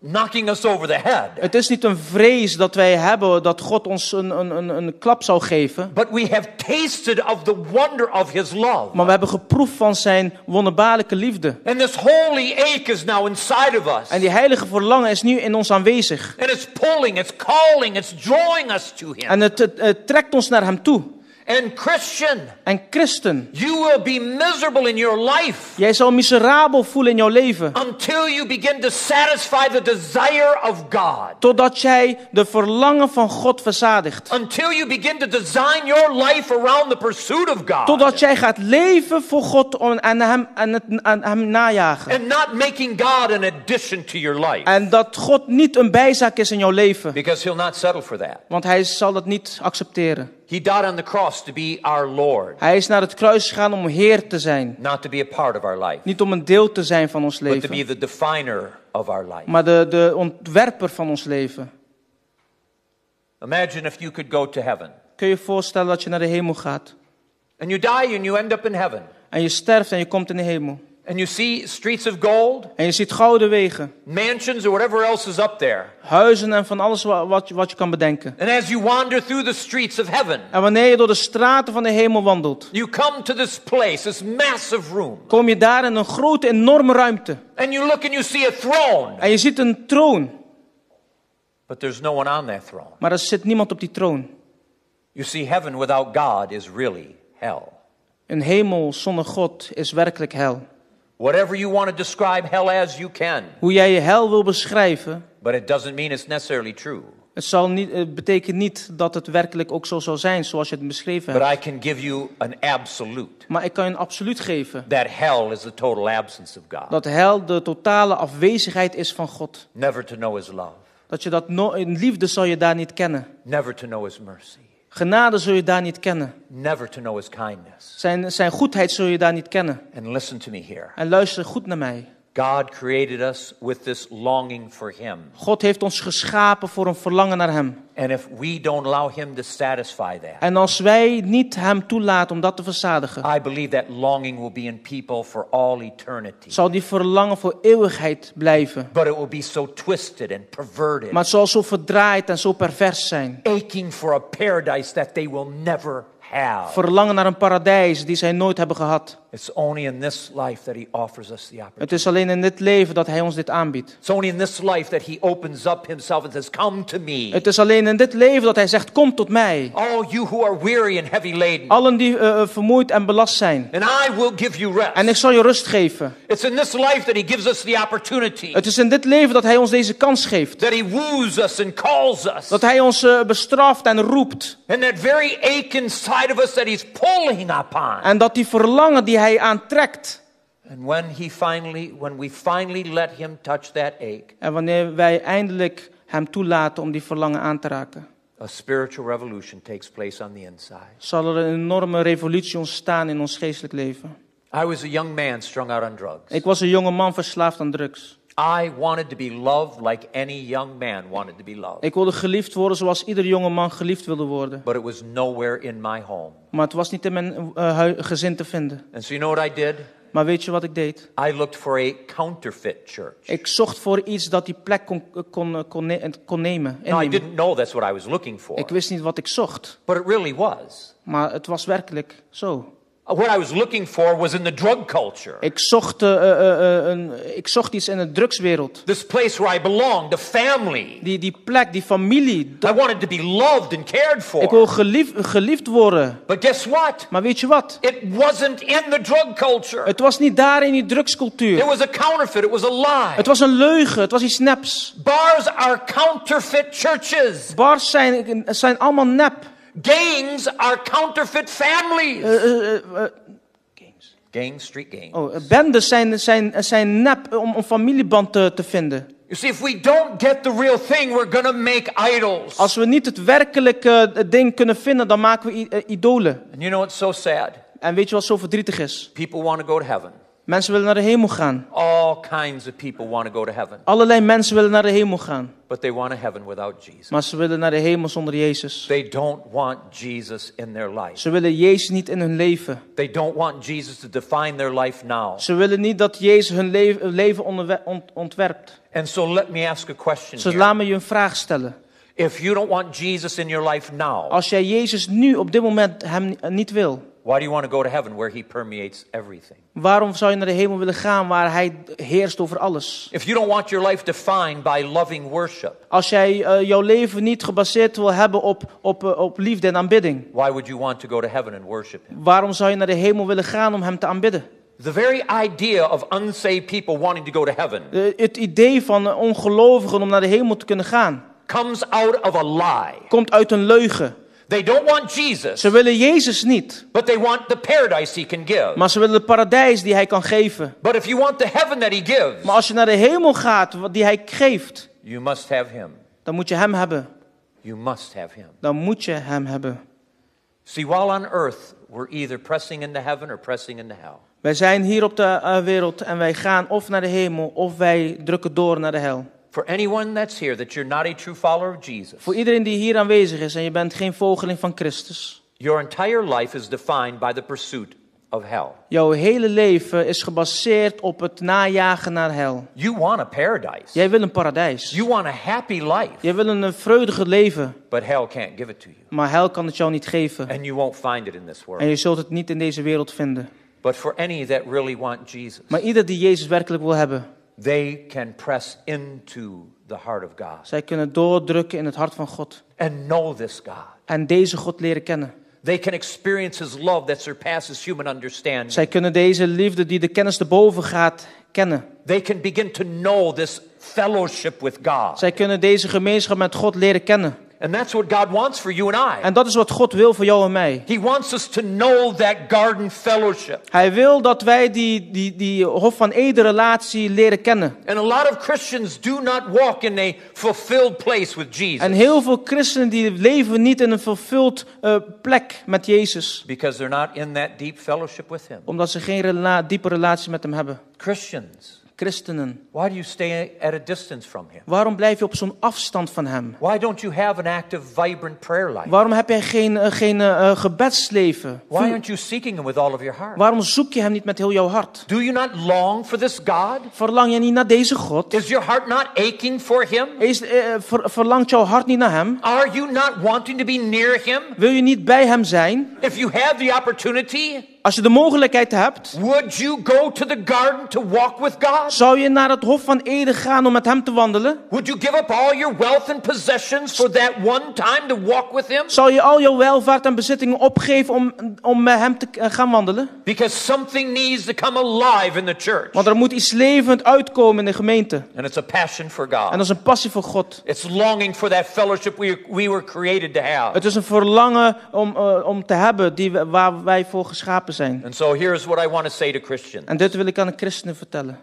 knocking us over the head. Het is niet een vrees dat wij hebben dat God ons een, een, een, een klap zou geven. But we have tasted of the wonder of His love. Maar we hebben geproefd van zijn wonderbaarlijke liefde. And this holy ache is now inside of us. En die heilige verlangen is nu in ons aanwezig. And it's pulling, it's calling, it's drawing us to Him. En het, het, het trekt ons naar hem toe. And Christian, En christen, you will be miserable in your life jij zal miserabel voelen in jouw leven. until you begin to satisfy the desire of God. Totdat jij de verlangen van God verzadigt. Until you begin to design your life around the pursuit of God. Totdat jij gaat leven voor God en hem, en het, en hem najagen. And not making God an addition to your life. En dat God niet een bijzaak is in jouw leven. Because He'll not settle for that. Want hij zal dat niet accepteren. He died on the cross to be our Lord. Hij is naar het kruis gegaan om Heer te zijn. Not to be a part of our life. Niet om een deel te zijn van ons But to be leven. the definer of our life. Maar de, de ontwerper van ons leven. Imagine if you could go to heaven. Kun je je voorstellen dat je naar de hemel gaat. And you die and you end up in heaven. En je sterft en je komt in de hemel. And you see streets of gold. En je ziet gouden wegen. Mansions or whatever else is up there. Huizen en van alles wat, wat, wat je kan bedenken. And as you wander through the streets of heaven. En wanneer je door de straten van de hemel wandelt. You come to this place, this massive room. Kom je daar in een grote, enorme ruimte. And you look and you see a throne. En je ziet een troon. But there's no one on that throne. Maar er zit niemand op die troon. You see, heaven without God is really hell. Een hemel zonder God is werkelijk hel. Whatever you want to describe hell as, you can. Hoe jij je hel wil beschrijven. But it doesn't mean it's necessarily true. Het, zal niet, het betekent niet dat het werkelijk ook zo zal zijn zoals je het beschreven But hebt. I can give you an absolute. Maar ik kan je een absoluut geven. That hell is the total absence of God. Dat hel de totale afwezigheid is van God. Never to know His love. Dat je dat no- in liefde zal je daar niet kennen. Never to know His mercy. Genade zul je daar niet kennen. Never to know His kindness. Zijn, zijn goedheid zul je daar niet kennen. And listen to me here. En luister goed naar mij. God created us with this longing for Him. God heeft ons geschapen voor een verlangen naar hem. And if we don't allow Him to satisfy that, En als wij niet hem toelaten om dat te verzadigen, I believe that longing will be in people for all eternity. zal die verlangen voor eeuwigheid blijven. But it will be so twisted and perverted. Maar het zal zo verdraaid en zo pervers zijn. Aching for a paradise that they will never have. Verlangen naar een paradijs die zij nooit hebben gehad. It's only in this life that He offers us the opportunity. Het is alleen in dit leven dat hij ons dit aanbiedt. It's only in this life that He opens up Himself and says, "Come to me, Het is alleen in dit leven dat hij zegt, kom tot mij. all you who are weary and heavy laden, Allen die uh, vermoeid en belast zijn. and I will give you rest." En ik zal je rust geven. It's in this life that He gives us the opportunity. Het is in dit leven dat hij ons deze kans geeft. That He woos us and calls us. Dat hij ons uh, bestraft en roept. And that very ache inside of us that He's pulling upon. En dat die verlangen die hij aantrekt. And when he finally, when we finally let Him touch that ache, En wanneer wij eindelijk hem toelaten om die verlangen aan te raken. a spiritual revolution takes place on the inside. Zal er een enorme revolutie ontstaan in ons geestelijk leven. I was a young man strung out on drugs. Ik was een jonge man verslaafd aan drugs. I wanted to be loved like any young man wanted to be loved. Ik wilde geliefd worden zoals ieder jonge man geliefd wilde worden. But it was nowhere in my home. Maar het was niet in mijn uh, hui- gezin te vinden. And so you know what I did? Maar weet je wat ik deed? I looked for a counterfeit church. Ik zocht voor iets dat die plek kon, kon, kon, ne- kon nemen. No, I innemen. didn't know that's what I was looking for. Ik wist niet wat ik zocht. But it really was. Maar het was werkelijk zo. What I was looking for was in the drug culture. Ik zocht, uh, uh, uh, een, ik zocht iets in de drugswereld. This place where I belonged, the family. Die, die plek, die familie. I wanted to be loved and cared Ik wil for. geliefd, geliefd worden. But guess what? Maar weet je wat? It wasn't in the drug culture. Het was niet daar in die It drugscultuur. was a counterfeit. It was a lie. Het was een leugen. Het was iets neps. Bars are counterfeit churches. Bars zijn, zijn allemaal nep. Gangs are counterfeit families. Uh, uh, uh, uh, Gangs, street gangs. oh, bendes zijn, zijn, zijn nep om een familieband te, te vinden. You see, if we don't get the real thing, we're going to make idols. Als we niet het werkelijke uh, ding kunnen vinden, dan maken we i- uh, idolen. And you know what's so sad? En weet je wat zo verdrietig is? People want to go to heaven. Mensen willen naar de hemel gaan. All kinds of people want to go to heaven. Allerlei mensen willen naar de hemel gaan. But they want a heaven without Jesus. Maar ze willen naar de hemel zonder Jezus. They don't want Jesus in their life. Ze willen Jezus niet in hun leven. They don't want Jesus to define their life now. Ze willen niet dat Jezus hun le- leven onderwe- ont- ontwerpt. And so let me ask a question Dus here. laat me je een vraag stellen. If you don't want Jesus in your life now, Als jij Jezus nu op dit moment hem niet wil, why do you want to go to heaven where he permeates everything? waarom zou je naar de hemel willen gaan waar hij heerst over alles? If you don't want your life defined by loving worship, Als jij uh, jouw leven niet gebaseerd wil hebben op, op, uh, op liefde en aanbidding, why would you want to go to heaven and worship him? waarom zou je naar de hemel willen gaan om hem te aanbidden? The very idea of unsaved people wanting to go to heaven Uh, het idee van uh, ongelovigen om naar de hemel te kunnen gaan, comes out of a lie. komt uit een leugen. They don't want Jesus, Ze willen Jezus niet, but they want the paradise he can give. maar ze willen het paradijs die hij kan geven. But if you want the heaven that he gives, Maar als je naar de hemel gaat, wat die hij geeft, you must have him. dan moet je hem hebben. You must have him. Dan moet je hem hebben. See, while on earth, we're either pressing into heaven or pressing into hell. Wij zijn hier op de uh, wereld en wij gaan of naar de hemel of wij drukken door naar de hel. For anyone that's here, that you're not a true follower of Jesus, Voor iedereen die hier aanwezig is en je bent geen volgeling van Christus. your entire life is defined by the pursuit of hell. Jouw hele leven is gebaseerd op het najagen naar hel. You want a paradise. Jij wil een paradijs. You want a happy life. Jij wil een vreugdig leven. But hell can't give it to you. Maar hel kan het jou niet geven. And you won't find it in this En world. je zult het niet in deze wereld vinden. But for any that really want Jesus, Maar ieder die Jezus werkelijk wil hebben, they can press into the heart of God zij kunnen doordrukken in het hart van God. and know this God. En deze God leren kennen. They can experience his love that surpasses human understanding. Zij kunnen deze liefde die de kennis te boven gaat, kennen. They can begin to know this fellowship with God. Zij kunnen deze gemeenschap met God leren kennen. And that's what God wants for you and I. En dat is wat God wil voor jou en mij. He wants us to know that garden fellowship. Hij wil dat wij die, die, die Hof van Eden relatie leren kennen. And a lot of Christians do not walk in a fulfilled place with Jesus. En heel veel christenen die leven niet in een vervuld uh, plek met Jezus. Because they're not in that deep fellowship with him. Omdat ze geen rela- diepe relatie met hem hebben. Christians, Christenen. why do you stay at a distance from him? Waarom blijf je op zo'n afstand van hem? Why don't you have an active, vibrant prayer life? Waarom heb jij geen, uh, geen uh, gebedsleven? Why aren't you seeking him with all of your heart? Waarom zoek je hem niet met heel jouw hart? Do you not long for this God? Verlang je niet naar deze God? Is your heart not aching for him? Is, uh, ver- verlangt jouw hart niet naar hem? Are you not wanting to be near him? Wil je niet bij hem zijn? If you have the opportunity, Als je de mogelijkheid hebt, would you go to the garden to walk with God? zou je naar het Hof van Eden gaan om met hem te wandelen? Would you give up all your wealth and possessions for that one time to walk with him? Zou je al jouw welvaart en bezittingen opgeven om, om met hem te uh, gaan wandelen? Because something needs to come alive in the church. Want er moet iets levend uitkomen in de gemeente. And it's a passion for En God. dat is een passie voor God. It's longing for that fellowship we, we were created to have. Het is een verlangen om, uh, om te hebben die we, waar wij voor geschapen zijn. And so here's what I want to say to Christians. En dit wil ik aan de christenen vertellen.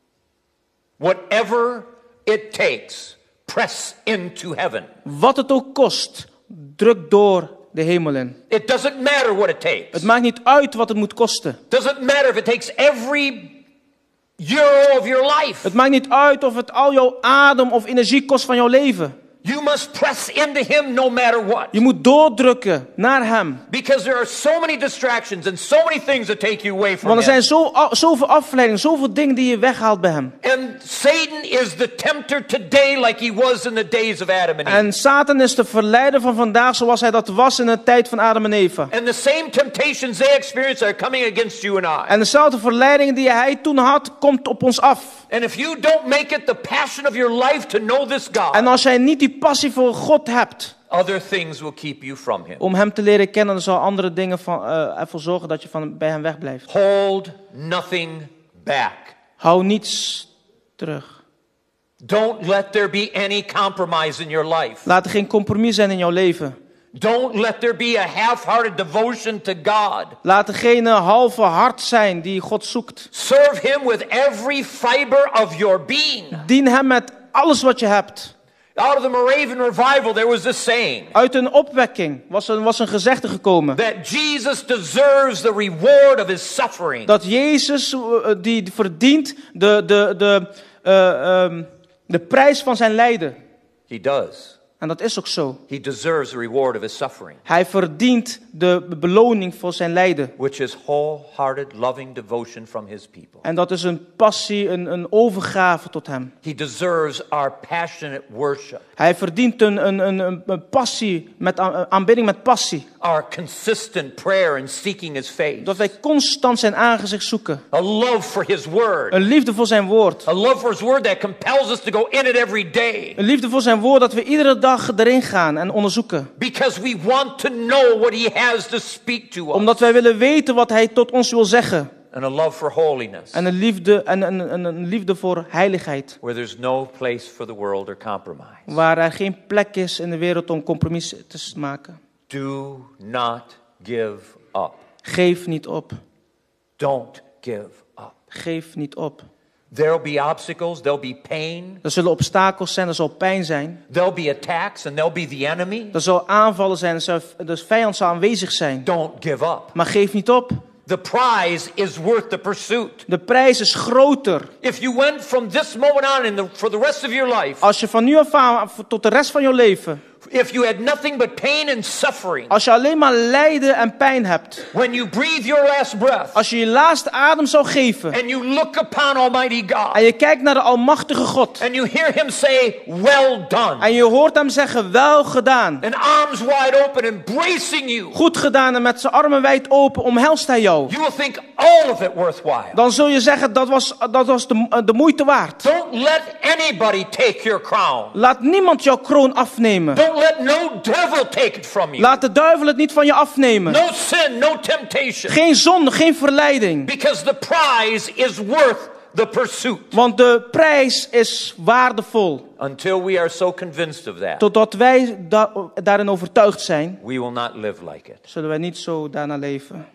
Whatever it takes, press into heaven. Wat het ook kost, druk door de hemel in. It doesn't matter what it Het takes. maakt niet uit wat het moet kosten. Doesn't matter if it takes every euro of your life. Het maakt niet uit of het al jouw adem of energie kost van jouw leven. You must press into him no matter what. Je moet doordrukken naar hem. Because there are so many distractions and so many things that take you away from Want er zijn him. zo, zoveel afleidingen, zoveel dingen die je weghaalt bij hem. And Satan is the tempter today like he was in the days of Adam and Eve. En Satan is de verleider van vandaag zoals hij dat was in de tijd van Adam en Eva. And the same temptations they experience are coming against you and I. En dezelfde verleidingen die hij toen had, komt op ons af. And if you don't make it the passion of your life to know this God, En als jij niet die passie voor God hebt other things will keep you from him. om hem te leren kennen, dan zal andere dingen van, uh, ervoor zorgen dat je van, bij hem wegblijft. Hold nothing back. Hou niets terug. Don't let there be any compromise in your life. Laat er geen compromis zijn in jouw leven. Don't let there be a half-hearted devotion to God. Laat er geen uh, halve hart zijn die God zoekt. Serve him with every fiber of your being. Dien hem met alles wat je hebt. Out of the Moravian revival, there was this saying Uit een opwekking was een, was een gezegde gekomen. that Jesus deserves the reward of his suffering. Dat Jezus uh, die verdient de, de, de, uh, um, de prijs van zijn lijden. He does. En dat is ook zo. He deserves the reward of his suffering, Hij verdient de beloning voor zijn lijden. which is wholehearted, loving devotion from his people. En dat is een passie, een, een overgave tot hem. He deserves our passionate worship, Hij verdient een, een, een, een passie, met a- aanbidding met passie. our consistent prayer and seeking his face, Dat wij constant zijn aangezicht zoeken. a love for his word, Een liefde voor zijn woord. a love for his word that compels us to go in it every day, Een liefde voor zijn woord dat we iedere dag erin gaan en onderzoeken. because we want to know what he has to speak to us, Omdat wij willen weten wat hij tot ons wil zeggen. and a love for holiness, En een liefde, en een, een, een liefde voor heiligheid. where there's no place for the world or compromise. Waar er geen plek is in de wereld om compromissen te maken. Do not give up. Geef niet op. Don't give up. Geef niet op. There'll be obstacles, there'll be pain, Er zullen obstakels zijn, er zal pijn zijn. there'll be attacks, and there'll be the enemy. Er zal aanvallen zijn, er zal, de vijand zal aanwezig zijn. Don't give up. Maar geef niet op. The prize is worth the pursuit. De prijs is groter. If you went from this moment on in the, for the rest of your life, Als je van nu af aan tot de rest van je leven, if you had nothing but pain and suffering, als je alleen maar lijden en pijn hebt, when you breathe your last breath, als je je laatste adem zou geven and you look upon Almighty God, en je kijkt naar de almachtige God and you hear him say, well done, en je hoort hem zeggen, wel gedaan, and arms wide open, embracing you, goed gedaan en met zijn armen wijd open omhelst hij jou, you will think all of it worthwhile. dan zul je zeggen, dat was, dat was de, de moeite waard. Don't let anybody take your crown. Laat niemand jouw kroon afnemen. Don't let no devil take it from you. Laat de duivel het niet van je afnemen. No sin, no temptation. Geen zonde, geen verleiding. Because the prize is worth the pursuit. Want de prijs is waardevol. Until we are so convinced of that, Totdat wij da- daarin overtuigd zijn, we will not live like it. zullen wij niet zo daarna leven.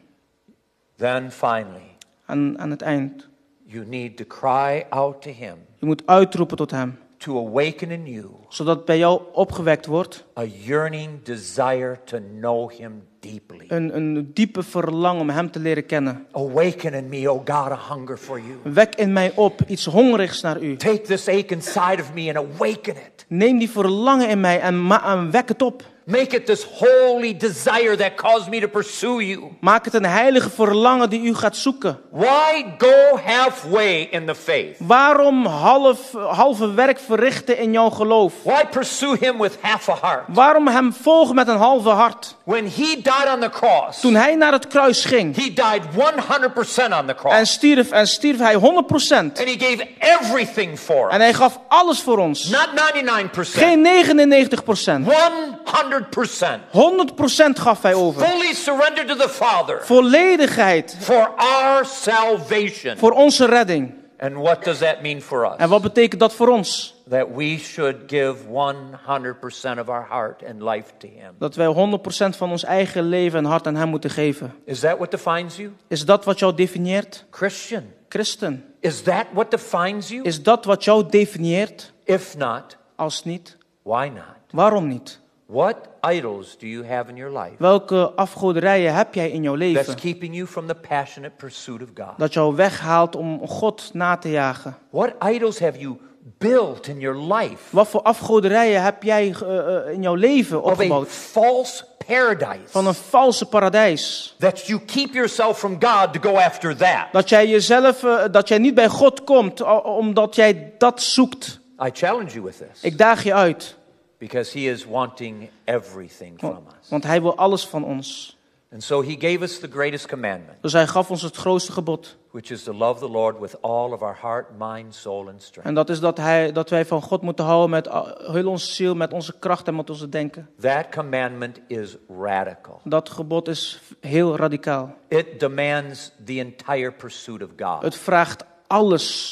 Then finally, Aan, aan het eind. you need to cry out to him Je moet uitroepen tot hem. to awaken in you Zodat bij jou opgewekt wordt a yearning desire to know him deeply. een, een diepe verlangen om hem te leren kennen. Awaken in me, oh God, a hunger for you. Wek in mij op iets hongerigs naar u. Take this ache inside of me and awaken it. Neem die verlangen in mij en, ma- en wek het op. Make it this holy desire that caused me to pursue you. Maak het een heilige verlangen die u gaat zoeken. Why go halfway in the faith? Waarom half, halve werk verrichten in jouw geloof? Why pursue him with half a heart? Waarom hem volgen met een halve hart? When he died on the cross, Toen hij naar het kruis ging he died one hundred percent on the en cross. stierf, en stierf hij honderd procent. And he gave everything for En us. hij gaf alles voor ons. Not ninety-nine percent. Geen negenennegentig procent. one hundred percent. honderd procent gaf hij over. Fully surrendered to the Father Volledigheid for our salvation. voor onze redding. And what does that mean for us? En wat betekent dat voor ons? That we should give one hundred percent of our heart and life to him. Dat wij honderd procent van ons eigen leven en hart aan hem moeten geven. Is that what defines you? Is dat wat jou definieert? Christian. Christen. Is that what defines you? Is dat wat jou definieert? If not, Als niet, why not? waarom niet? What idols do you have in your life Welke afgoderijen heb jij in jouw that's leven? keeping you from the passionate pursuit of God? Dat jou weghaalt om God na te jagen. What idols have you built in your life Wat voor afgoderijen heb jij uh, uh, in jouw leven of a opgebouwd? false paradise Van een valse paradijs. that you keep yourself from God to go after that? Dat jij jezelf, uh, dat jij niet bij God komt uh, omdat jij dat zoekt. I challenge you with this Ik daag je uit. because he is wanting everything from us. Want hij wil alles van ons. And so he gave us the greatest commandment, Dus hij gaf ons het grootste gebod. which is to love the Lord with all of our heart, mind, soul and strength. En dat is dat, hij, dat wij van God moeten houden met uh, heel onze ziel, met onze kracht en met onze denken. That commandment is radical. Dat gebod is heel radicaal. It demands the entire pursuit of God. Het vraagt alles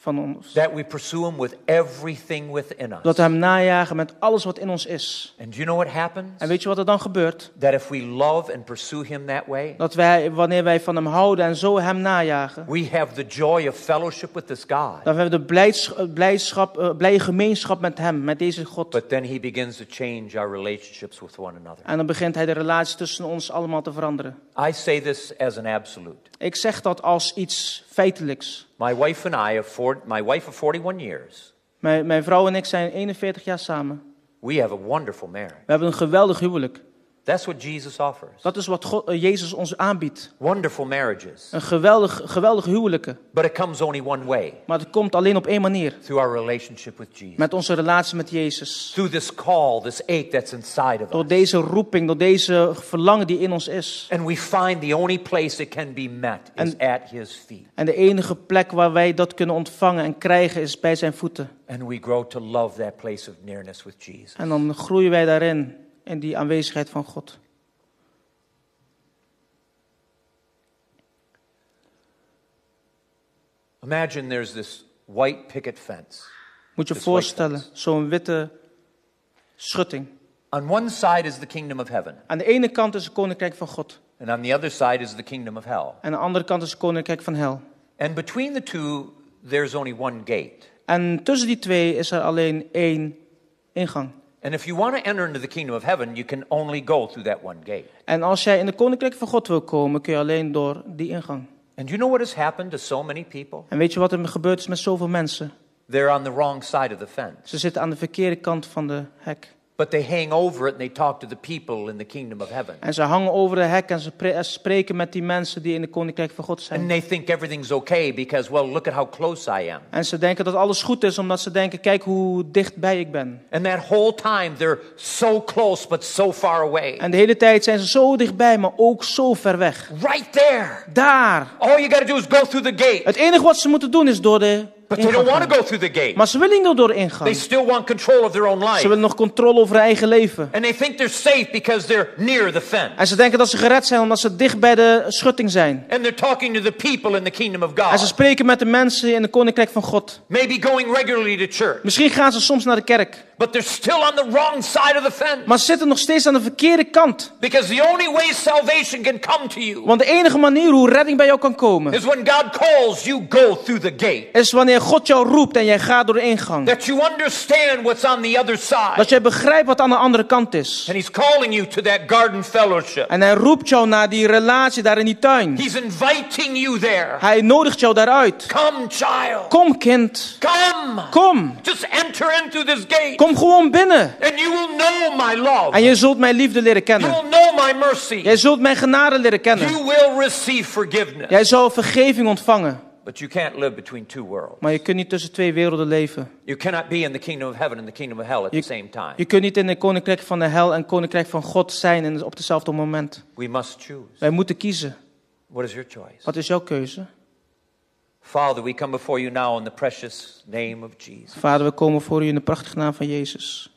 van ons. That we pursue him with everything within us. Dat we hem najagen met alles wat in ons is. And do you know what happens? En weet je wat er dan gebeurt? That if we love and pursue him that way, Dat wij, wanneer wij van hem houden en zo hem najagen, we have the joy of fellowship with this God. dan hebben we de blijds- blijdschap, uh, blije gemeenschap met hem, met deze God. But then he begins to change our relationships with one another. En dan begint hij de relatie tussen ons allemaal te veranderen. I say this as an absolute. Ik zeg dat als iets feitelijks. My wife and I, have four, my wife of forty-one years, Mijn, mijn vrouw en ik zijn eenenveertig jaar samen. we have a wonderful marriage. We hebben een geweldig huwelijk. That's what Jesus offers. Dat is wat God, uh, Jezus ons aanbiedt. Wonderful marriages. Een geweldig, geweldig huwelijke. But it comes only one way. Maar het komt alleen op één manier. Through our relationship with Jesus. Met onze relatie met Jezus. Through this call, this ache that's inside of Door us. deze roeping, door deze verlangen die in ons is. And we find the only place it can be met is at his feet. En de enige plek waar wij dat kunnen ontvangen en krijgen is bij zijn voeten. And we grow to love that place of nearness with Jesus. En dan groeien wij daarin, in die aanwezigheid van God. Imagine there's this white picket fence. Moet je This voorstellen, white fence. zo'n witte schutting. On one side is the kingdom of heaven. Aan de ene kant is het koninkrijk van God. And on the other side is the kingdom of hell. En aan de andere kant is het koninkrijk van hel. And between the two, there's only one gate. En tussen die twee is er alleen één ingang. And if you want to enter into the kingdom of heaven, you can only go through that one gate. En als jij in de koninkrijk van God wil komen, kun je alleen door die ingang. And you know what has happened to so many people? En weet je wat er gebeurd is met zoveel mensen? They're on the wrong side of the fence. Ze zitten aan de verkeerde kant van de hek. But they hang over it and they talk to the people in the kingdom of heaven. En ze hangen over de hek en ze pre- spreken met die mensen die in de koninkrijk van God And zijn. they think everything's okay because, well, look at how close I am. En ze denken dat alles goed is, omdat ze denken, kijk hoe dichtbij ik ben. And that whole time, they're so close but so far away. En de hele tijd zijn ze zo dichtbij, maar ook zo ver weg. Right there. Daar. All you got to do is go through the gate. Het enige wat ze moeten doen is door de But they ingang don't want to gaan. go through the gate. Maar ze willen niet door de They ingang. still want control of their own Ze life. willen nog controle over hun eigen leven. And they think they're safe because they're near the fence. En ze denken dat ze gered zijn omdat ze dicht bij de schutting zijn. And they're talking to the people in the kingdom of En ze God. spreken met de mensen in de koninkrijk van God. Maybe going regularly to church. Misschien gaan ze soms naar de kerk. But they're still on the wrong side of the fence. Maar ze zitten nog steeds aan de verkeerde kant. Because the only way salvation can come to you Want de enige manier hoe redding bij jou kan komen, is when God calls you, go through the gate. is wanneer God jou roept en jij gaat door de ingang. That you understand what's on the other side. Dat jij begrijpt wat aan de andere kant is. And he's calling you to that garden fellowship. En hij roept jou naar die relatie daar in die tuin. He's inviting you there. Hij nodigt jou daaruit. Come, child. Kom kind, Come. kom. Just enter into this gate. Kom gewoon binnen. And you will know my love. En je zult mijn liefde leren You kennen. will know my mercy. Jij zult mijn genade leren kennen. You will receive forgiveness. Jij zal vergeving ontvangen. But you can't live between two worlds. Maar je kunt niet tussen twee werelden leven. You cannot be in the kingdom of heaven and the kingdom of hell at the same time. Je kunt niet in de koninkrijk van de hel en koninkrijk van God zijn in- op hetzelfde moment. We must choose. Wij moeten kiezen. What is your choice? Wat is jouw keuze? Father, we come before you now in the precious name of Jesus. Vader, we komen voor u in de prachtige naam van Jezus.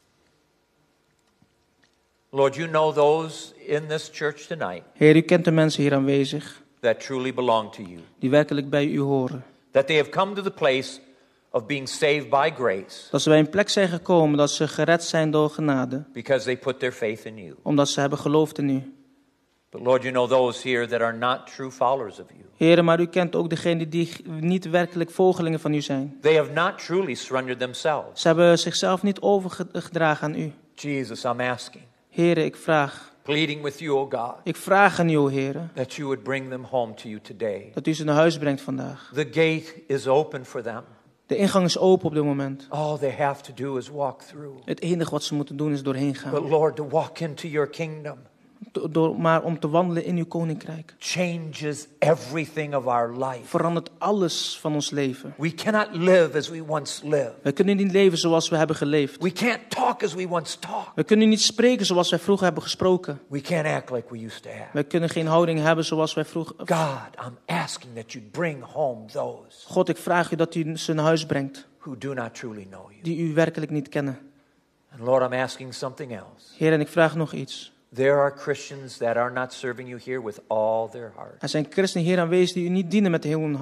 Lord, you know those in this church tonight Heer, u kent de mensen hier aanwezig that truly belong to you. die werkelijk bij u horen. That they have come to the place of being saved by grace Dat ze bij een plek zijn gekomen dat ze gered zijn door genade. because they put their faith in you. Omdat ze hebben geloofd in u. But Lord, you know those here that are not true followers of you. Heer, maar u kent ook degenen die niet werkelijk volgelingen van u zijn. They have not truly surrendered themselves. Ze hebben zichzelf niet overgedragen aan u. Jesus, I'm asking, Heer, ik vraag, pleading with you, O God, ik vraag aan u, o Heer, that you would bring them home to you today. dat u ze naar huis brengt vandaag. The gate is open for them. De ingang is open op dit moment. All they have to do is walk through. Het enige wat ze moeten doen is doorheen But gaan. Lord, to walk into your kingdom Do- Door, maar om te wandelen in uw koninkrijk. changes everything of our life. Verandert alles van ons leven. We cannot live as we once lived. We kunnen niet leven zoals we hebben geleefd. We can't talk as we once talked. We kunnen niet spreken zoals wij vroeger hebben gesproken. We can't act like we used to have. We kunnen geen houding hebben zoals wij vroeger... God, I'm asking that you bring home those God, ik vraag u dat u ze naar huis brengt. who do not truly know you. Die u werkelijk niet kennen. And Lord, I'm asking something else. Heer, en ik vraag nog iets. There are Christians that are not serving you here with all their heart. Er zijn christenen hier aanwezig die u niet dienen met heel hun hart.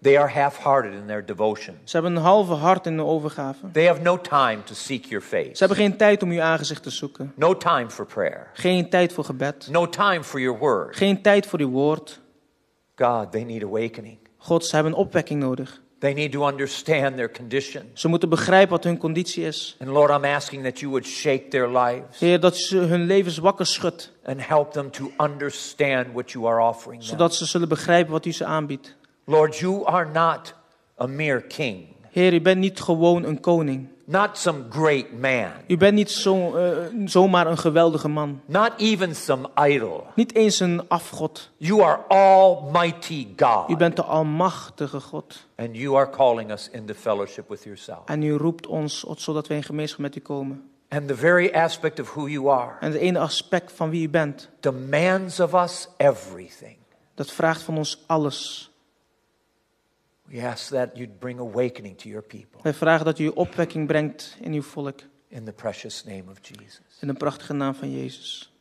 They are half-hearted in their devotion. Ze hebben een halve hart in de overgave. They have no time to seek your Ze face. hebben geen tijd om uw aangezicht te zoeken. No time for prayer. Geen tijd voor gebed. No time for your word. Geen tijd voor uw woord. God, they need awakening. God, ze hebben een opwekking nodig. They need to understand their condition. Ze moeten begrijpen wat hun conditie is. And Lord, I'm asking that you would shake their lives Heer, dat ze hun levens wakker schudt. and help them to understand what you are offering them. Zodat ze zullen begrijpen wat u ze aanbiedt. Lord, you are not a mere king. Heer, u bent niet gewoon een koning. Not some great man. U bent niet zo, uh, zomaar een geweldige man. Not even some idol. Niet eens een afgod. You are Almighty U God. bent de almachtige God. And you are calling us into fellowship with yourself. En u roept ons zodat wij in gemeenschap met u komen. And the very aspect of who you are En het ene aspect van wie u bent, demands of us everything. dat vraagt van ons alles. We ask that you'd bring awakening to your people. Wij vragen dat u opwekking brengt in uw volk. In the precious name of Jesus. In de prachtige naam van Jezus.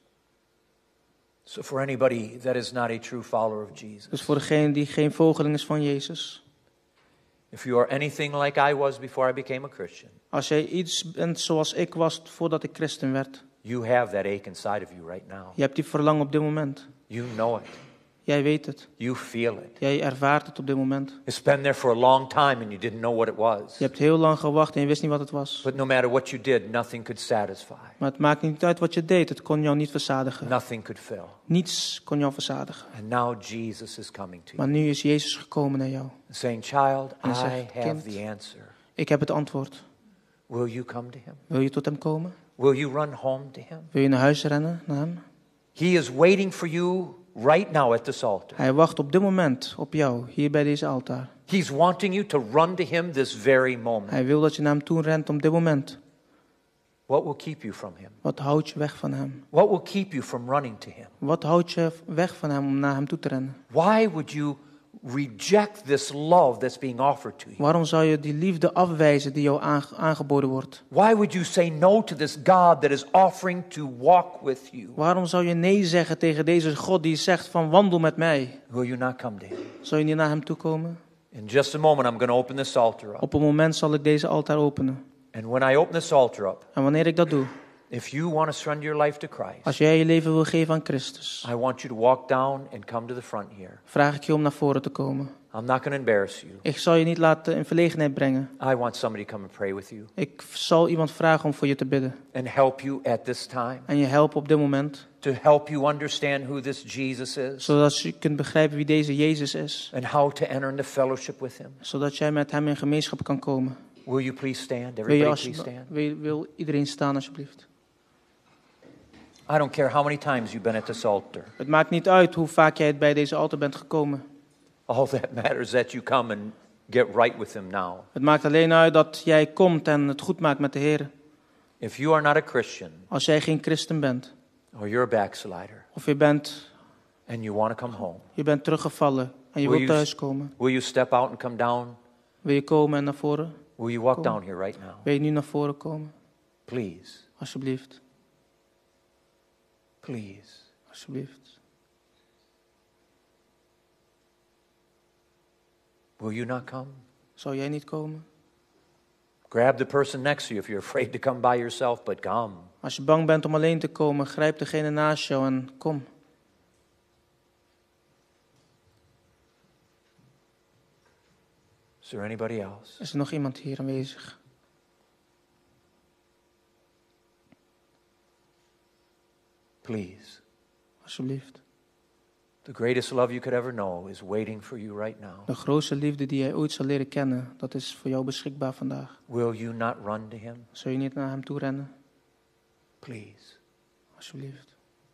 So for anybody that is not a true follower of Jesus. Dus voor degene die geen volgeling is van Jezus. If you are anything like I was before I became a Christian. Als jij iets bent zoals ik was voordat ik christen werd. You have that ache inside of you right now. Je hebt die verlangen op dit moment. You know it. Jij weet het. You feel it. Jij ervaart het op dit moment. It's been there for a long time and you didn't know what it was. Je hebt heel lang gewacht en je wist niet wat het was. But no matter what you did, nothing could satisfy. Maar het maakt niet uit wat je deed. Het kon jou niet verzadigen. Nothing could fill. Niets kon jou verzadigen. And now Jesus is coming to you. Maar nu is Jezus gekomen naar jou. Saying, child, En I zegt, have kind, the answer. Ik heb het antwoord. Will you come to him? Wil je tot hem komen? Will you run home to him? Wil je naar huis rennen naar hem? He is waiting for you right now at this altar. Hij wacht op dit moment op jou, hier bij deze altaar. He's wanting you to run to him this very moment. Hij wil dat je naar hem toe rent op dit moment. What will keep you from him? Wat houdt je weg van hem? What will keep you from running to him? Wat houdt je weg van hem om naar hem toe te rennen? Why would you reject this love that's being offered to you? Waarom zou je die liefde afwijzen die jou aange- aangeboden wordt? Why would you say no to this God that is offering to walk with you? Waarom zou je nee zeggen tegen deze God die zegt van wandel met mij? Will you not come to him? Zou je niet naar hem toe komen? In just a moment, I'm going to open this altar up. Op een moment zal ik deze altaar openen. And when I open this altar up, En wanneer ik dat doe, if you want to surrender your life to Christ, als jij je leven wil geven aan Christus, I want you to walk down and come to the front here. vraag ik je om naar voren te komen. I'm not going to embarrass you. Ik zal je niet laten in verlegenheid brengen. I want somebody to come and pray with you Ik zal iemand vragen om voor je te bidden. and help you at this time, En je helpen op dit moment. to help you understand who this Jesus is Zodat je kunt begrijpen wie deze Jezus is. and how to enter into fellowship with him. Zodat jij met hem in gemeenschap kan komen. Will you please stand? Wil, je Everybody als, please stand. wil, wil iedereen staan alsjeblieft. I don't care how many times you've been at this altar. Het maakt niet uit hoe vaak jij bij deze altaar bent gekomen. All that matters is that you come and get right with him now. Het maakt alleen uit dat jij komt en het goed maakt met de Heer. If you are not a Christian Als jij geen christen bent. or you're a backslider Of je bent, and you want to come home, je bent teruggevallen en je Will wilt you- thuiskomen. will you step out and come down? Wil je komen en naar voren? Will you walk Kom. down here right now? Wil je nu naar voren komen? Please, Alsjeblieft. please. Alsjeblieft. Will you not come? Zou jij niet komen? Grab the person next to you if you're afraid to come by yourself, but come. Als je bang bent om alleen te komen, grijp degene naast jou en kom. Is there anybody else? Is er nog iemand hier aanwezig? Please. Alsjeblieft. The greatest love you could ever know is waiting for you right now. De grootste liefde die jij ooit zal leren kennen, dat is voor jou beschikbaar vandaag. Will you not run to him? Zul je niet naar hem toe rennen? Please. Alsjeblieft.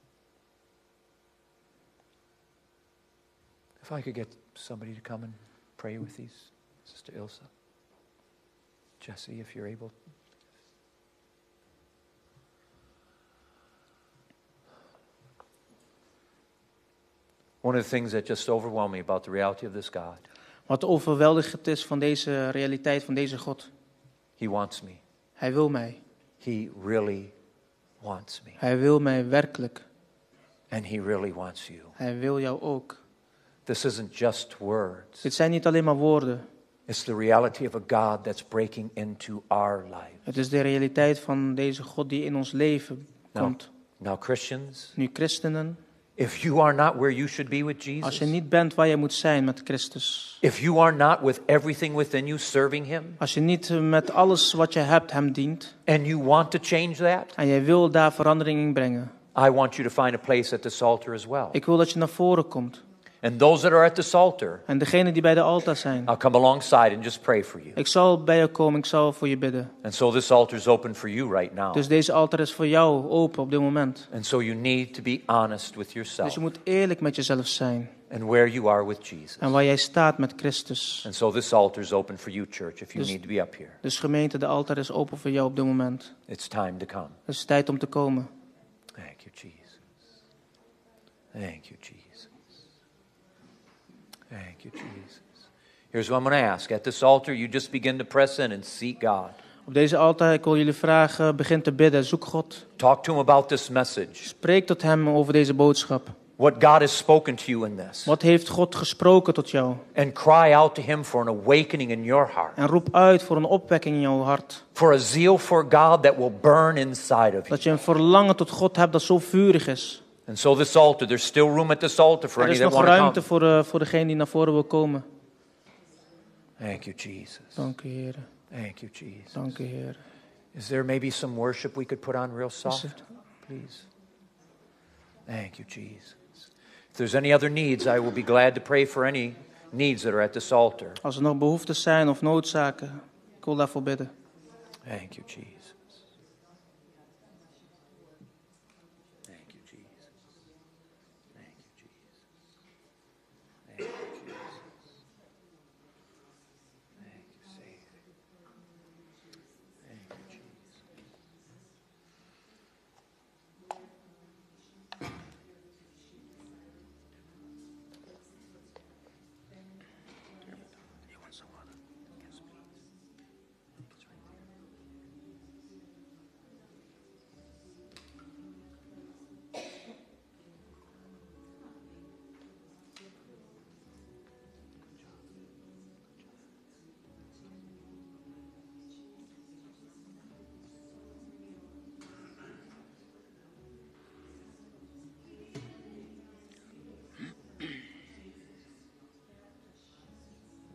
If I could get somebody to come and pray with these, Sister Ilsa. Jesse, if you're able. One of the things that just overwhelmed me about the reality of this God, Wat overweldigend is van deze realiteit, van deze God. He wants me. Hij wil mij. He really wants me. Hij wil mij werkelijk. And He really wants you. Hij wil jou ook. This isn't just words. Dit zijn niet alleen maar woorden. It's the reality of a God that's breaking into our lives. Het is de realiteit van deze God die in ons leven Now, komt. now Christians, Nu christenen, if you are not where you should be with als Jesus, je niet bent waar je moet zijn met Christus. if you are not with everything within you serving Him, Als je niet eh, met alles wat je hebt hem dient. and you want to change that, En jij wil daar verandering in brengen. I want you to find a place at the Psalter as well. Ik wil dat je naar voren komt. And those that are at the Psalter, En degenen die bij de altaar zijn. I'll come alongside and just pray for you. Ik zal bij je komen, ik zal voor je bidden. And so this altar is open for you right now. Dus deze altaar is voor jou open op dit moment. And so you need to be honest with Dus yourself je moet eerlijk met jezelf zijn. and where you are with Jesus. En waar jij staat met Christus. And so this altar is open for you, church, if you Dus- need to be up here. Dus gemeente, de altaar is open voor jou op dit moment. It's time to come. Het is tijd om te komen. Thank you, Jesus. Thank you, Jesus. Thank you, Jesus. Here's what I'm going to ask. At this altar, you just begin to press in and seek God. Op deze altaar, ik wil jullie vragen, begin te bidden, zoek God. Talk to Him about this message. Spreek tot hem over deze boodschap. What God has spoken to you in this. Wat heeft God gesproken tot jou? And cry out to Him for an awakening in your heart. En roep uit voor een opwekking in jouw hart. For a zeal for God that will burn inside of you. Dat je een verlangen tot God hebt dat zo vurig is. And so this altar, there's still room at this altar for Er any is that nog want to ruimte come. voor, uh, voor degene die naar voren wil komen. Thank you, Jesus. Dank u, Heer. Thank you, Jesus. Dank u, Heer. Is there maybe some worship we could put on real Is soft? er- Please. Thank you, Jesus. If there's any other needs, I will be glad to pray for any needs that are at this altar. Als er nog behoeftes zijn of noodzaken, ik wil daarvoor bidden. Thank you, Jesus.